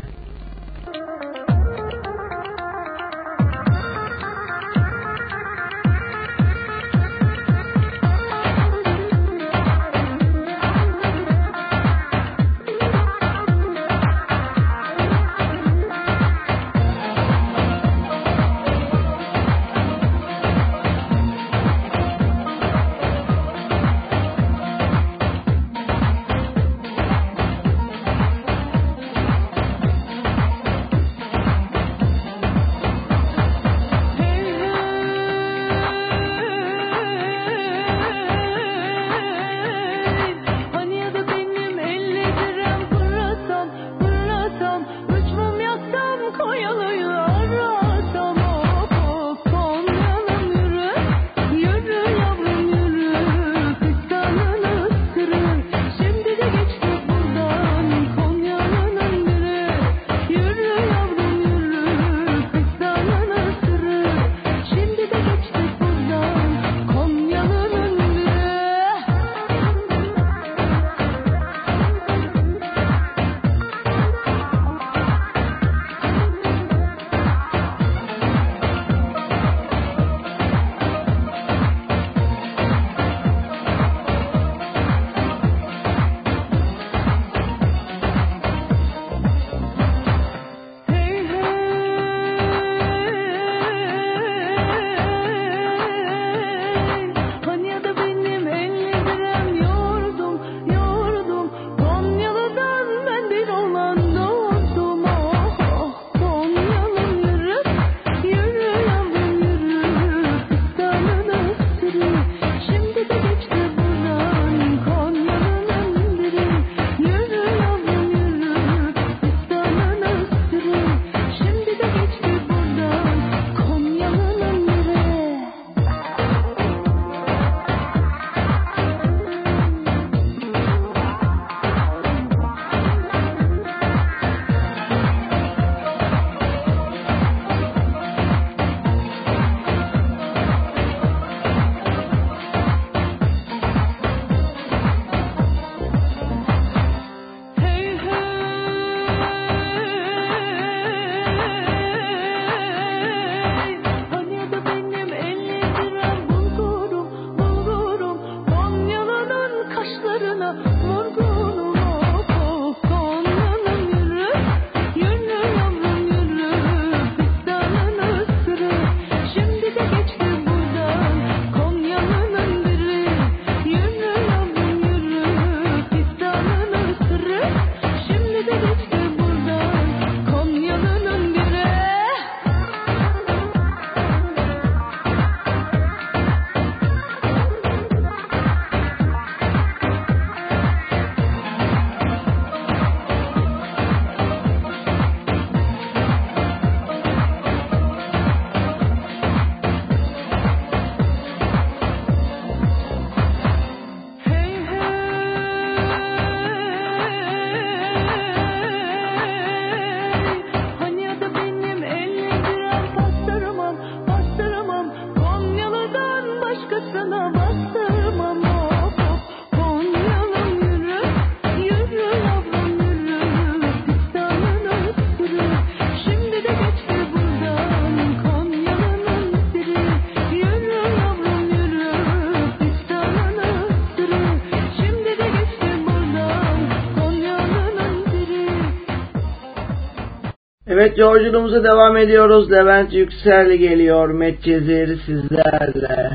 Evet, yolculuğumuza devam ediyoruz. Levent Yüksel geliyor. Medcezir sizlerle.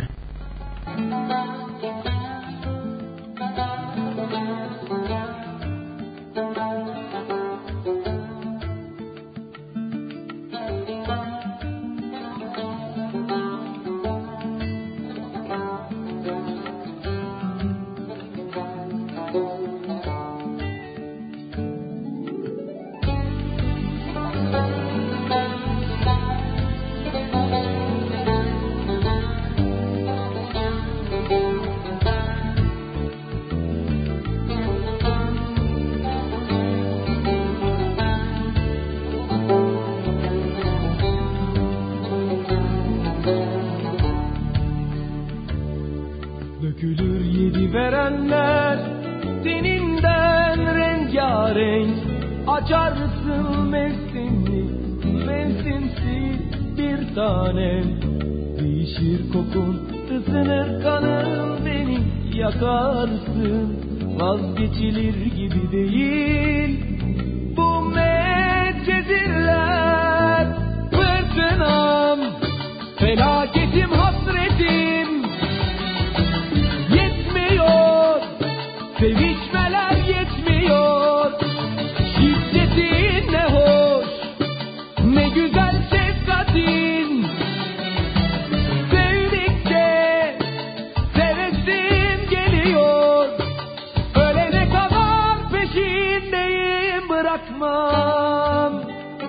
Açarsın mevsimli, mevsimsiz bir tanem. Değişir kokun, ısınır kanım, beni yakarsın. Vazgeçilir gibi değil bu medcezirler. Fırtınam, felaketim, hasretim yetmiyor, sevişmeler yetmiyor. Şiddetin ne hoş, ne güzel şefkatin. Sevdikçe sevesim geliyor. Ölene kadar peşindeyim, bırakmam.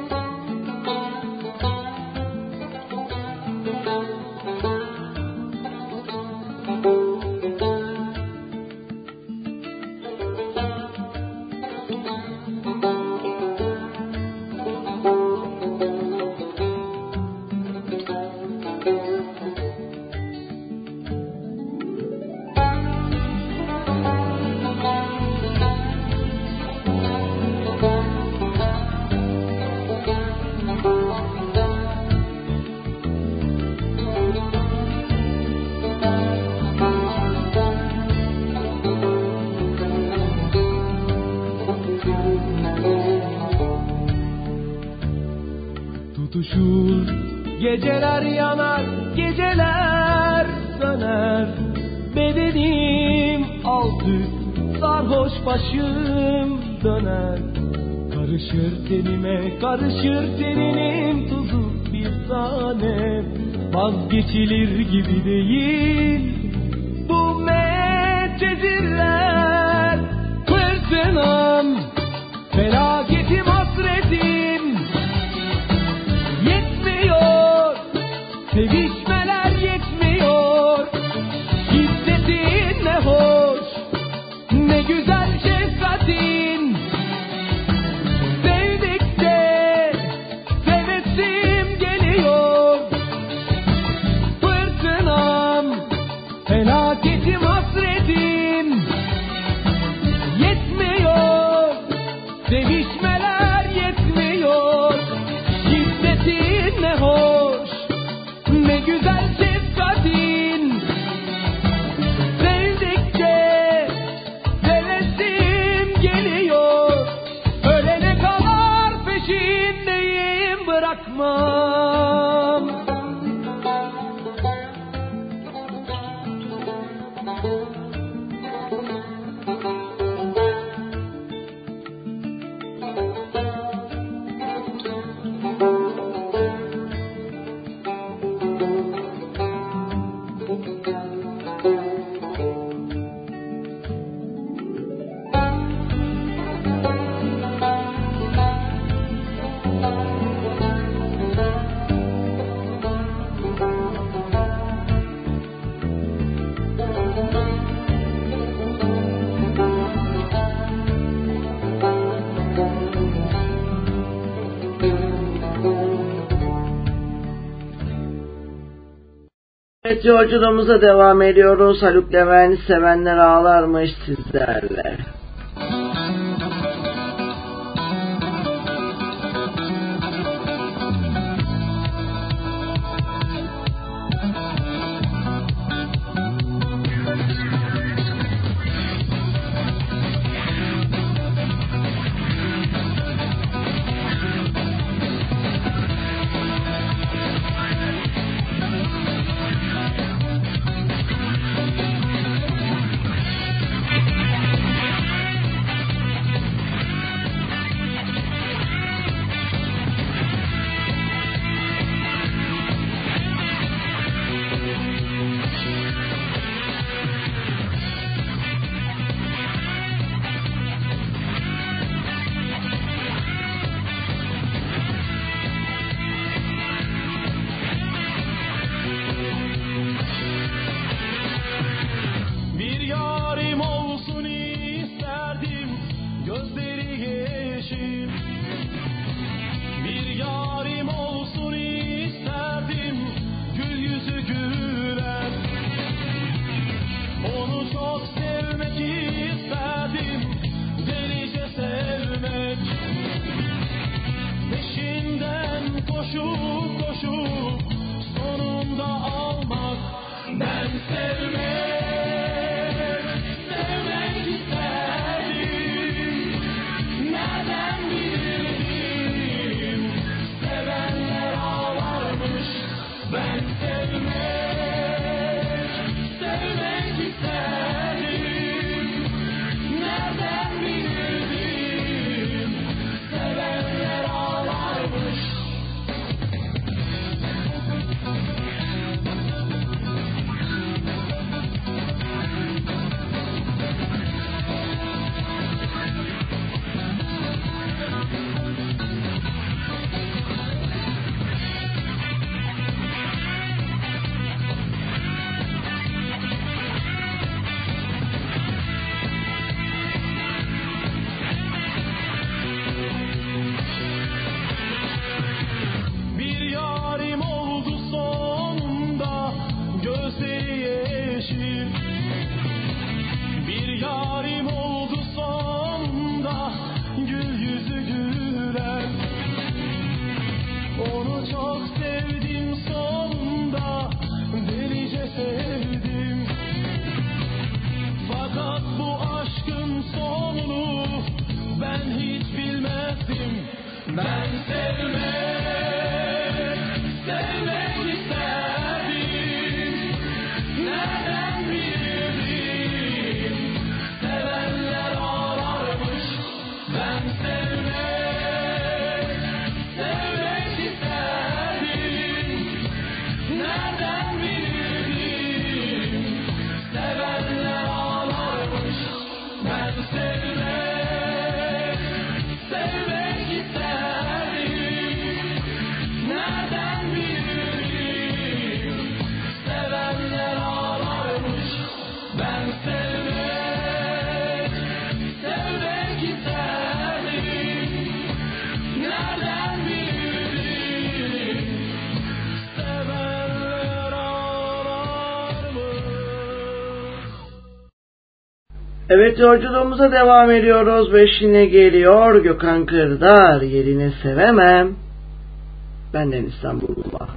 Tutuşur, geceler yanar, geceler söner. Bedenim alt üst, sarhoş başım döner. Karışır tenime, karışır teninin tuzu bir tanem. Vazgeçilir gibi değil bu medcezirler. Fırtınam, felaketim, hasretim yetmiyor, sevişmeler yetmiyor. Şiddetin ne hoş, ne güzel şefkatin. Sevdikçe sevesim geliyor. Fırtınam, felaketim, hasretim yetmiyor, sevişmeler yetmiyor. Şiddetin ne hoş, ne güzel şefkatin. Sevdikçe sevesim geliyor. Ölene kadar peşindeyim, bırakmam. Evet, yolculuğumuza devam ediyoruz. Haluk Levent'i sevenler ağlarmış sizlerle. Evet, yolculuğumuza devam ediyoruz ve şimdi geliyor Gökhan Kırdar, Yerine Sevemem. Benden İstanbul'a.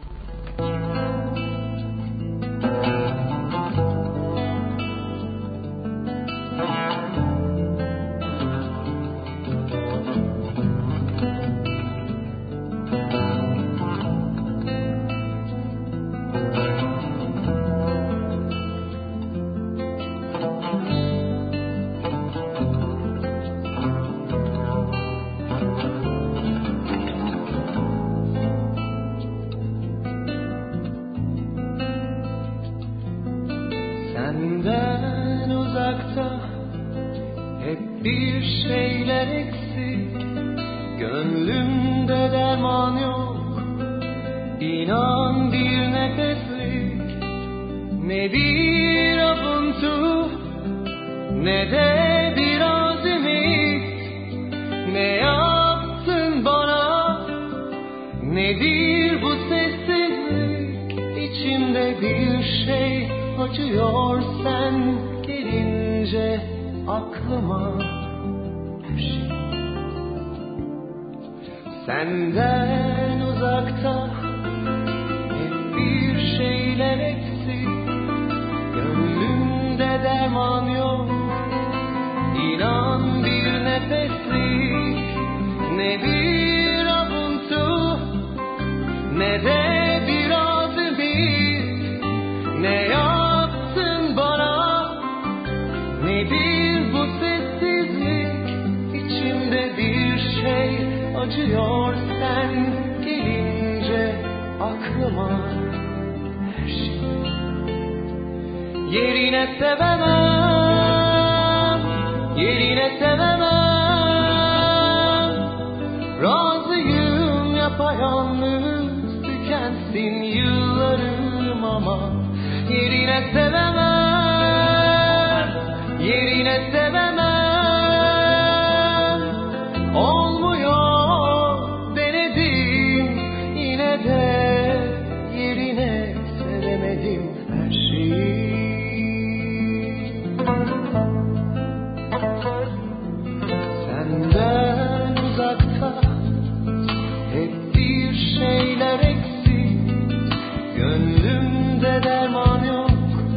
Senden uzakta hep bir şeyler eksik, gönlümde derman yok, inan bir nefeslik, ne bir avuntu ne de biraz ümit. Ne yaptın bana, nedir bu sessizlik, içimde bir şey acıyor sen gelince aklıma. Senden uzakta hep bir şeyler eksik, gönlümde derman yok, inan bir nefeslik, ne bir avuntu ne de biraz ümit. Ne yaptın bana, nedir bu sessizlik, içimde bir şey acıyor sen gelince aklıma. Her şey yerine sevemem, yerine sevemem, razıyım yapayalnız tükensin yıllarım ama yerine sevemem, yerine sevemem. Olmuyor denedim yine de yerine sevemedim her şeyi. Senden uzakta hep bir şeyler eksik, gönlümde derman yok,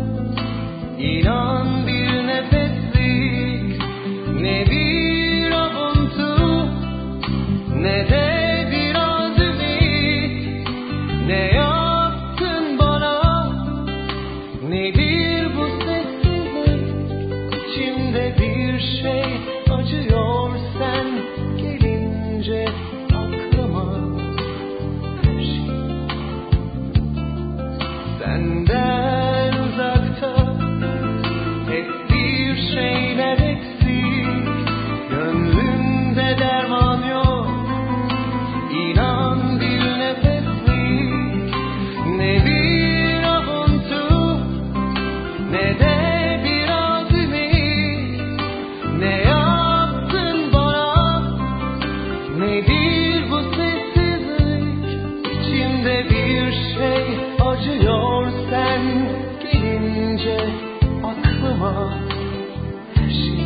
inan bir nefeslik, ne bir avuntu ne de biraz ümit. Ne yaptın bana, nedir bu sessizlik, içimde bir şey acıyor sen gelince aklıma. Her şey senden uzakta hep bir şeyler eksik, gönlümde derman yok, inan bir nefeslik, ne bir avuntu ne de biraz ümit. Ne yaptın bana, nedir bu sessizlik, içimde bir şey acıyor sen gelince aklıma. Her şey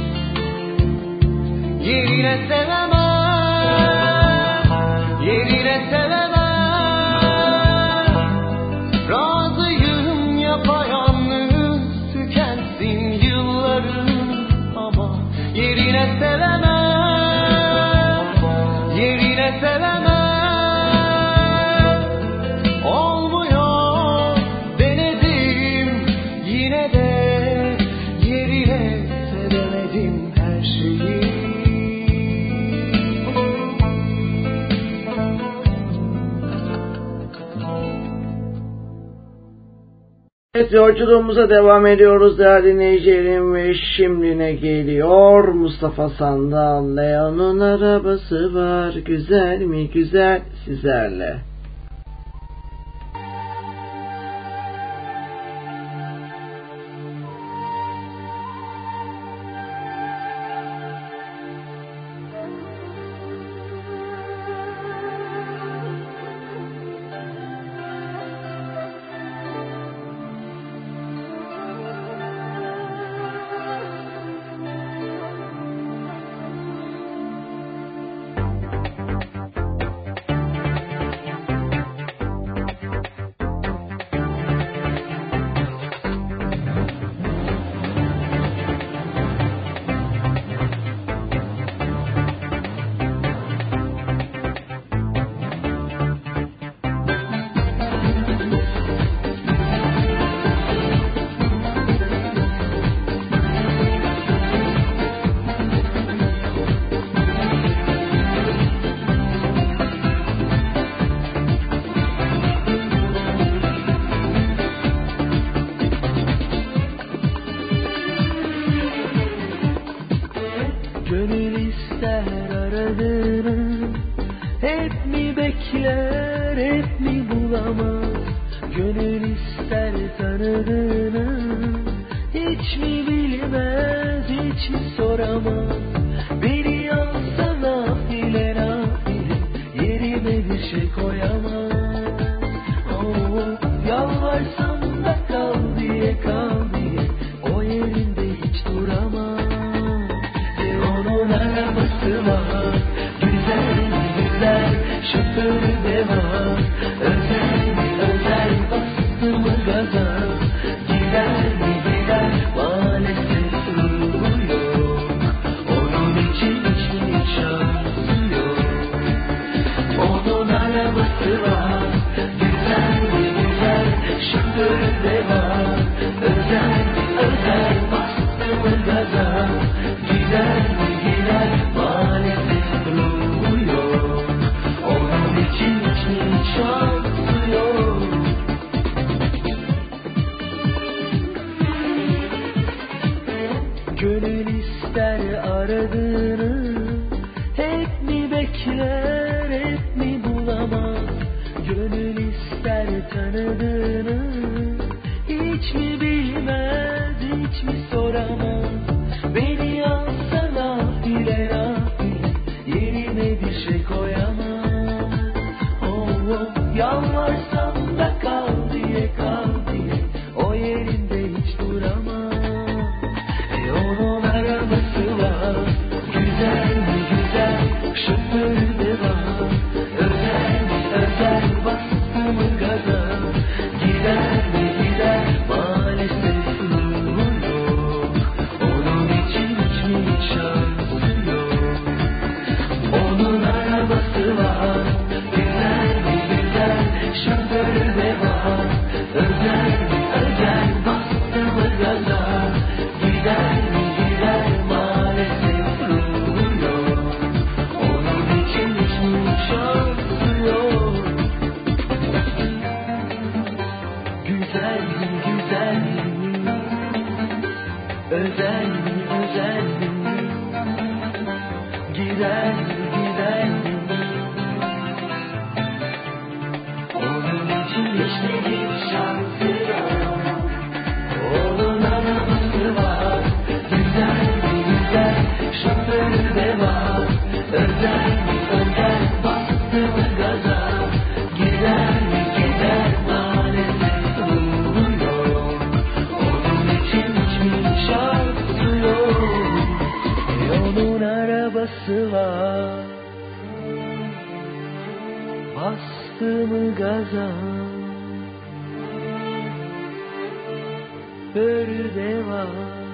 yerine sevemem, yerine sevemem, razıyım yapayalnız tükensin yıllarım ama yerine sevemem, yerine sevemem. Olmuyor denedim yine de yerine sevemedim her şeyi. Evet, yolculuğumuza devam ediyoruz değerli dinleyicilerim ve şimdi ne geliyor? Mustafa Sandal, Leon'un arabası var, güzel mi güzel, sizlerle. Hep mi bekler, hep mi bulamaz? Gönül ister tanıdığını, hiç mi bilmez, hiç mi soramaz? Beni alsana nafile nafile, yerime bir şey koyamaz. Oh, yalvarsam da kal diye, kal diye, o yerinde hiç duramaz. Onun arabası var, güzel güzel, şoförü de var, özel özel, bastı mı gaza, gider mi gider, maalesef ruhu yok. Onun için hiçbir şansı yok. Onun arabası var, güzel güzel, şoförü de var, özel özel, bastı mı gaza, gider mi gider, maalesef ruhu yok. Onun için hiçbir şansı yok. Gönül ister aradığını, hep mi bekler, hep mi bulamaz? Gönül ister tanıdığını, hiç mi bilmez, hiç mi soramaz? Beni alsana nafile nafile, yerine bir şey koyamaz. Oh, oh, yalvarsam da kal diye, kal diye, o yerinde hiç duramaz. Onun arabası var, güzel mi güzel, şoförü de var, özel özel, bastı mı gaza, gider mi gider, maalesef ruhu yok. Onun için hiçbir şansı yok. Onun arabası var, güzel mi güzel, şoförü de var, özel özel, bastı mı gaza, gider mi gider, maalesef ruhu yok. Onun için hiçbir şansı yok. Güzel mi güzel mi, özel mi özel mi, gider mi gider mi, onun için hiçbir şansı yok. Onun arabası var, güzel mi güzel, şoförü de var, özel mi özel, bastı mı gaza, gider mi gider, maalesef ruhu yok. Onun için hiçbir şansı yok. Onun arabası var, bastı mı gaza, şoförü var.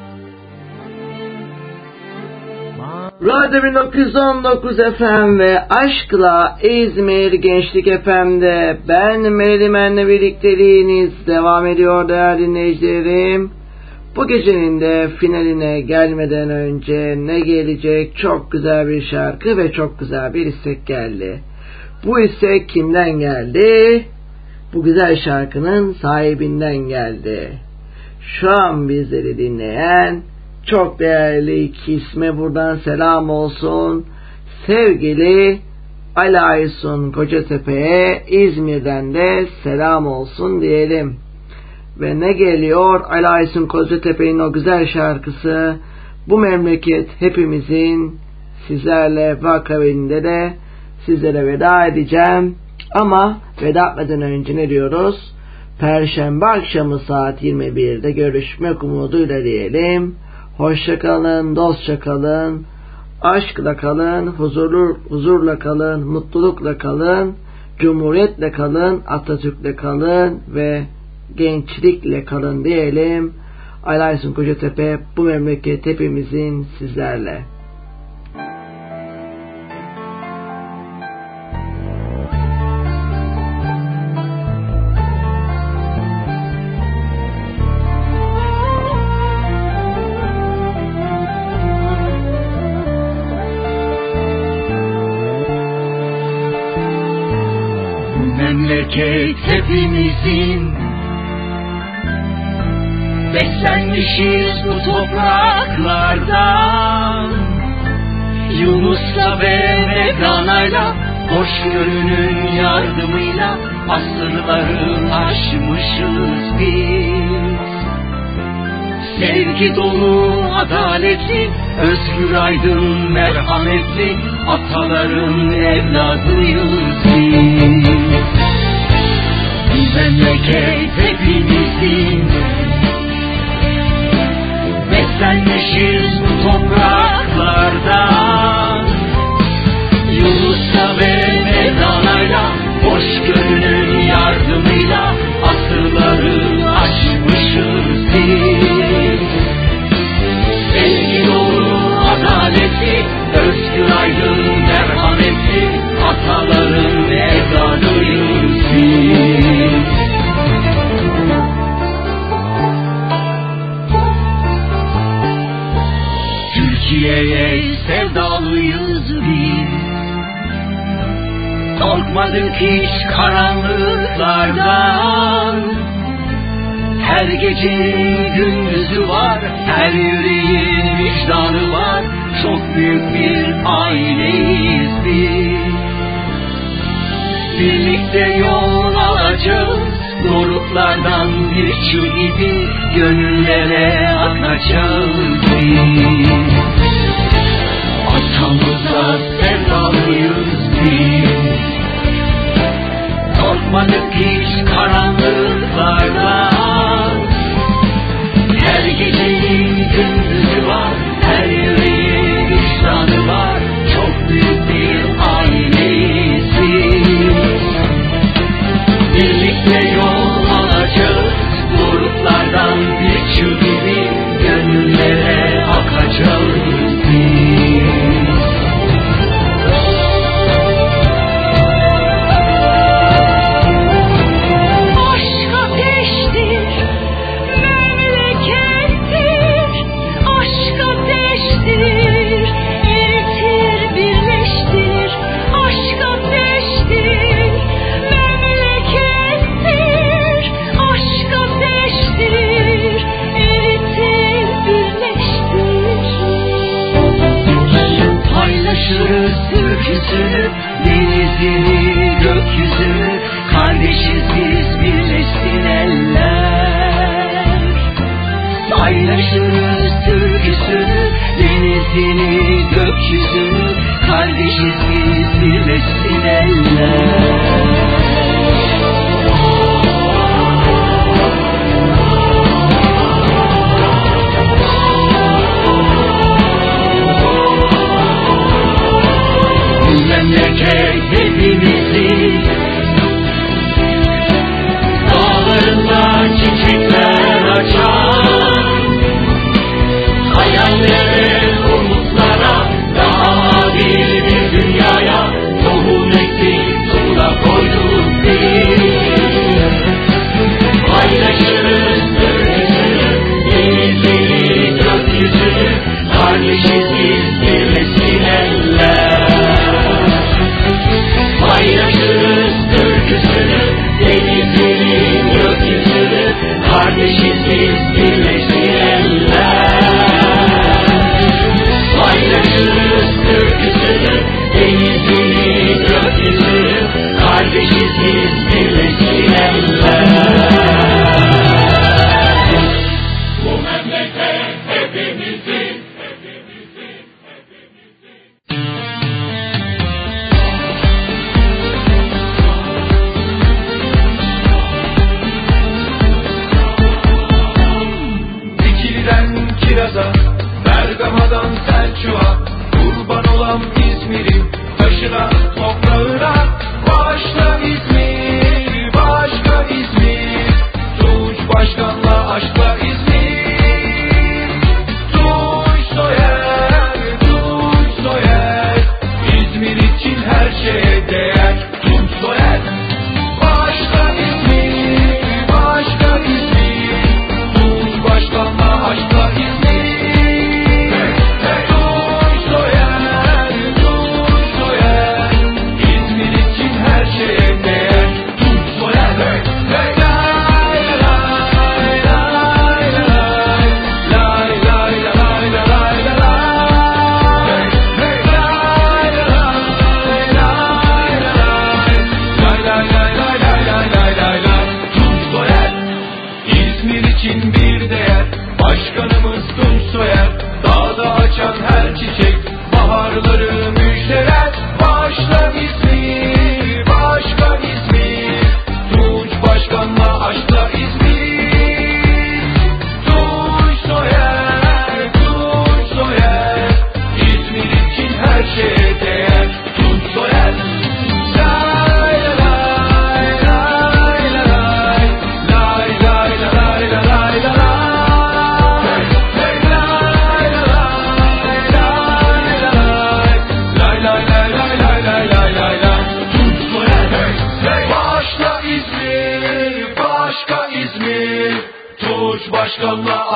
Radyo 1919 FM ve Aşkla İzmir Gençlik FM'de ben Merimen'le birlikteliğiniz devam ediyor değerli dinleyicilerim. Bu gecenin de finaline gelmeden önce ne gelecek? Çok güzel bir şarkı ve çok güzel bir istek geldi. Bu istek kimden geldi? Bu güzel şarkının sahibinden geldi. Şu an bizleri dinleyen çok değerli iki isme buradan selam olsun. Sevgili Ali Aysun Kocatepe'ye İzmir'den de selam olsun diyelim. Ve ne geliyor? Ali Aysun Kocatepe'nin o güzel şarkısı. Bu memleket hepimizin, sizlerle ve akabinde de sizlere veda edeceğim. Ama veda etmeden önce ne diyoruz? Perşembe akşamı saat 21'de görüşmek umuduyla diyelim. Hoşça kalın, dostça kalın, aşkla kalın, huzurla kalın, mutlulukla kalın, cumhuriyetle kalın, Atatürk'le kalın ve gençlikle kalın diyelim. Ali Aysun Kocatepe, bu memleket hepimizin, sizlerle. Memleket hepimizin, beslenmişiz bu topraklardan. Yunus'la ve Mevlana'yla hoşgörünün yardımıyla asırları aşmışız biz. Sevgi dolu, adaletli, özgür, aydın, merhametli ataların evladıyız biz. Bir memleket hepimizin, beslenmişiz bu topraklardan. Yunus'la ve Mevlana'yla, hoşgörünün yardımıyla asırları aşmışız biz. Sevgi dolu, adaletli, özgür, aydın, merhametli ataların evladıyız biz. Türkiye'ye sevdalıyız biz. Korkmadık hiç karanlıklardan. Her gecenin gündüzü var, her yüreğin vicdanı var. Çok büyük bir aileyiz biz. Birlikte yol alacağız, doruklardan bir çığ gibi gönüllere akacağız biz. Atamıza sevdalıyız biz. Korkmadık hiç karanlıklardan. Her gecenin gündüzü var, her yüreğin vicdanı var. Çok büyük bir aileyiz biz. Birlikte yol alacağız, doruklardan bir çığ gibi gönüllere akacağız biz.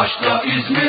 aşkla İzmir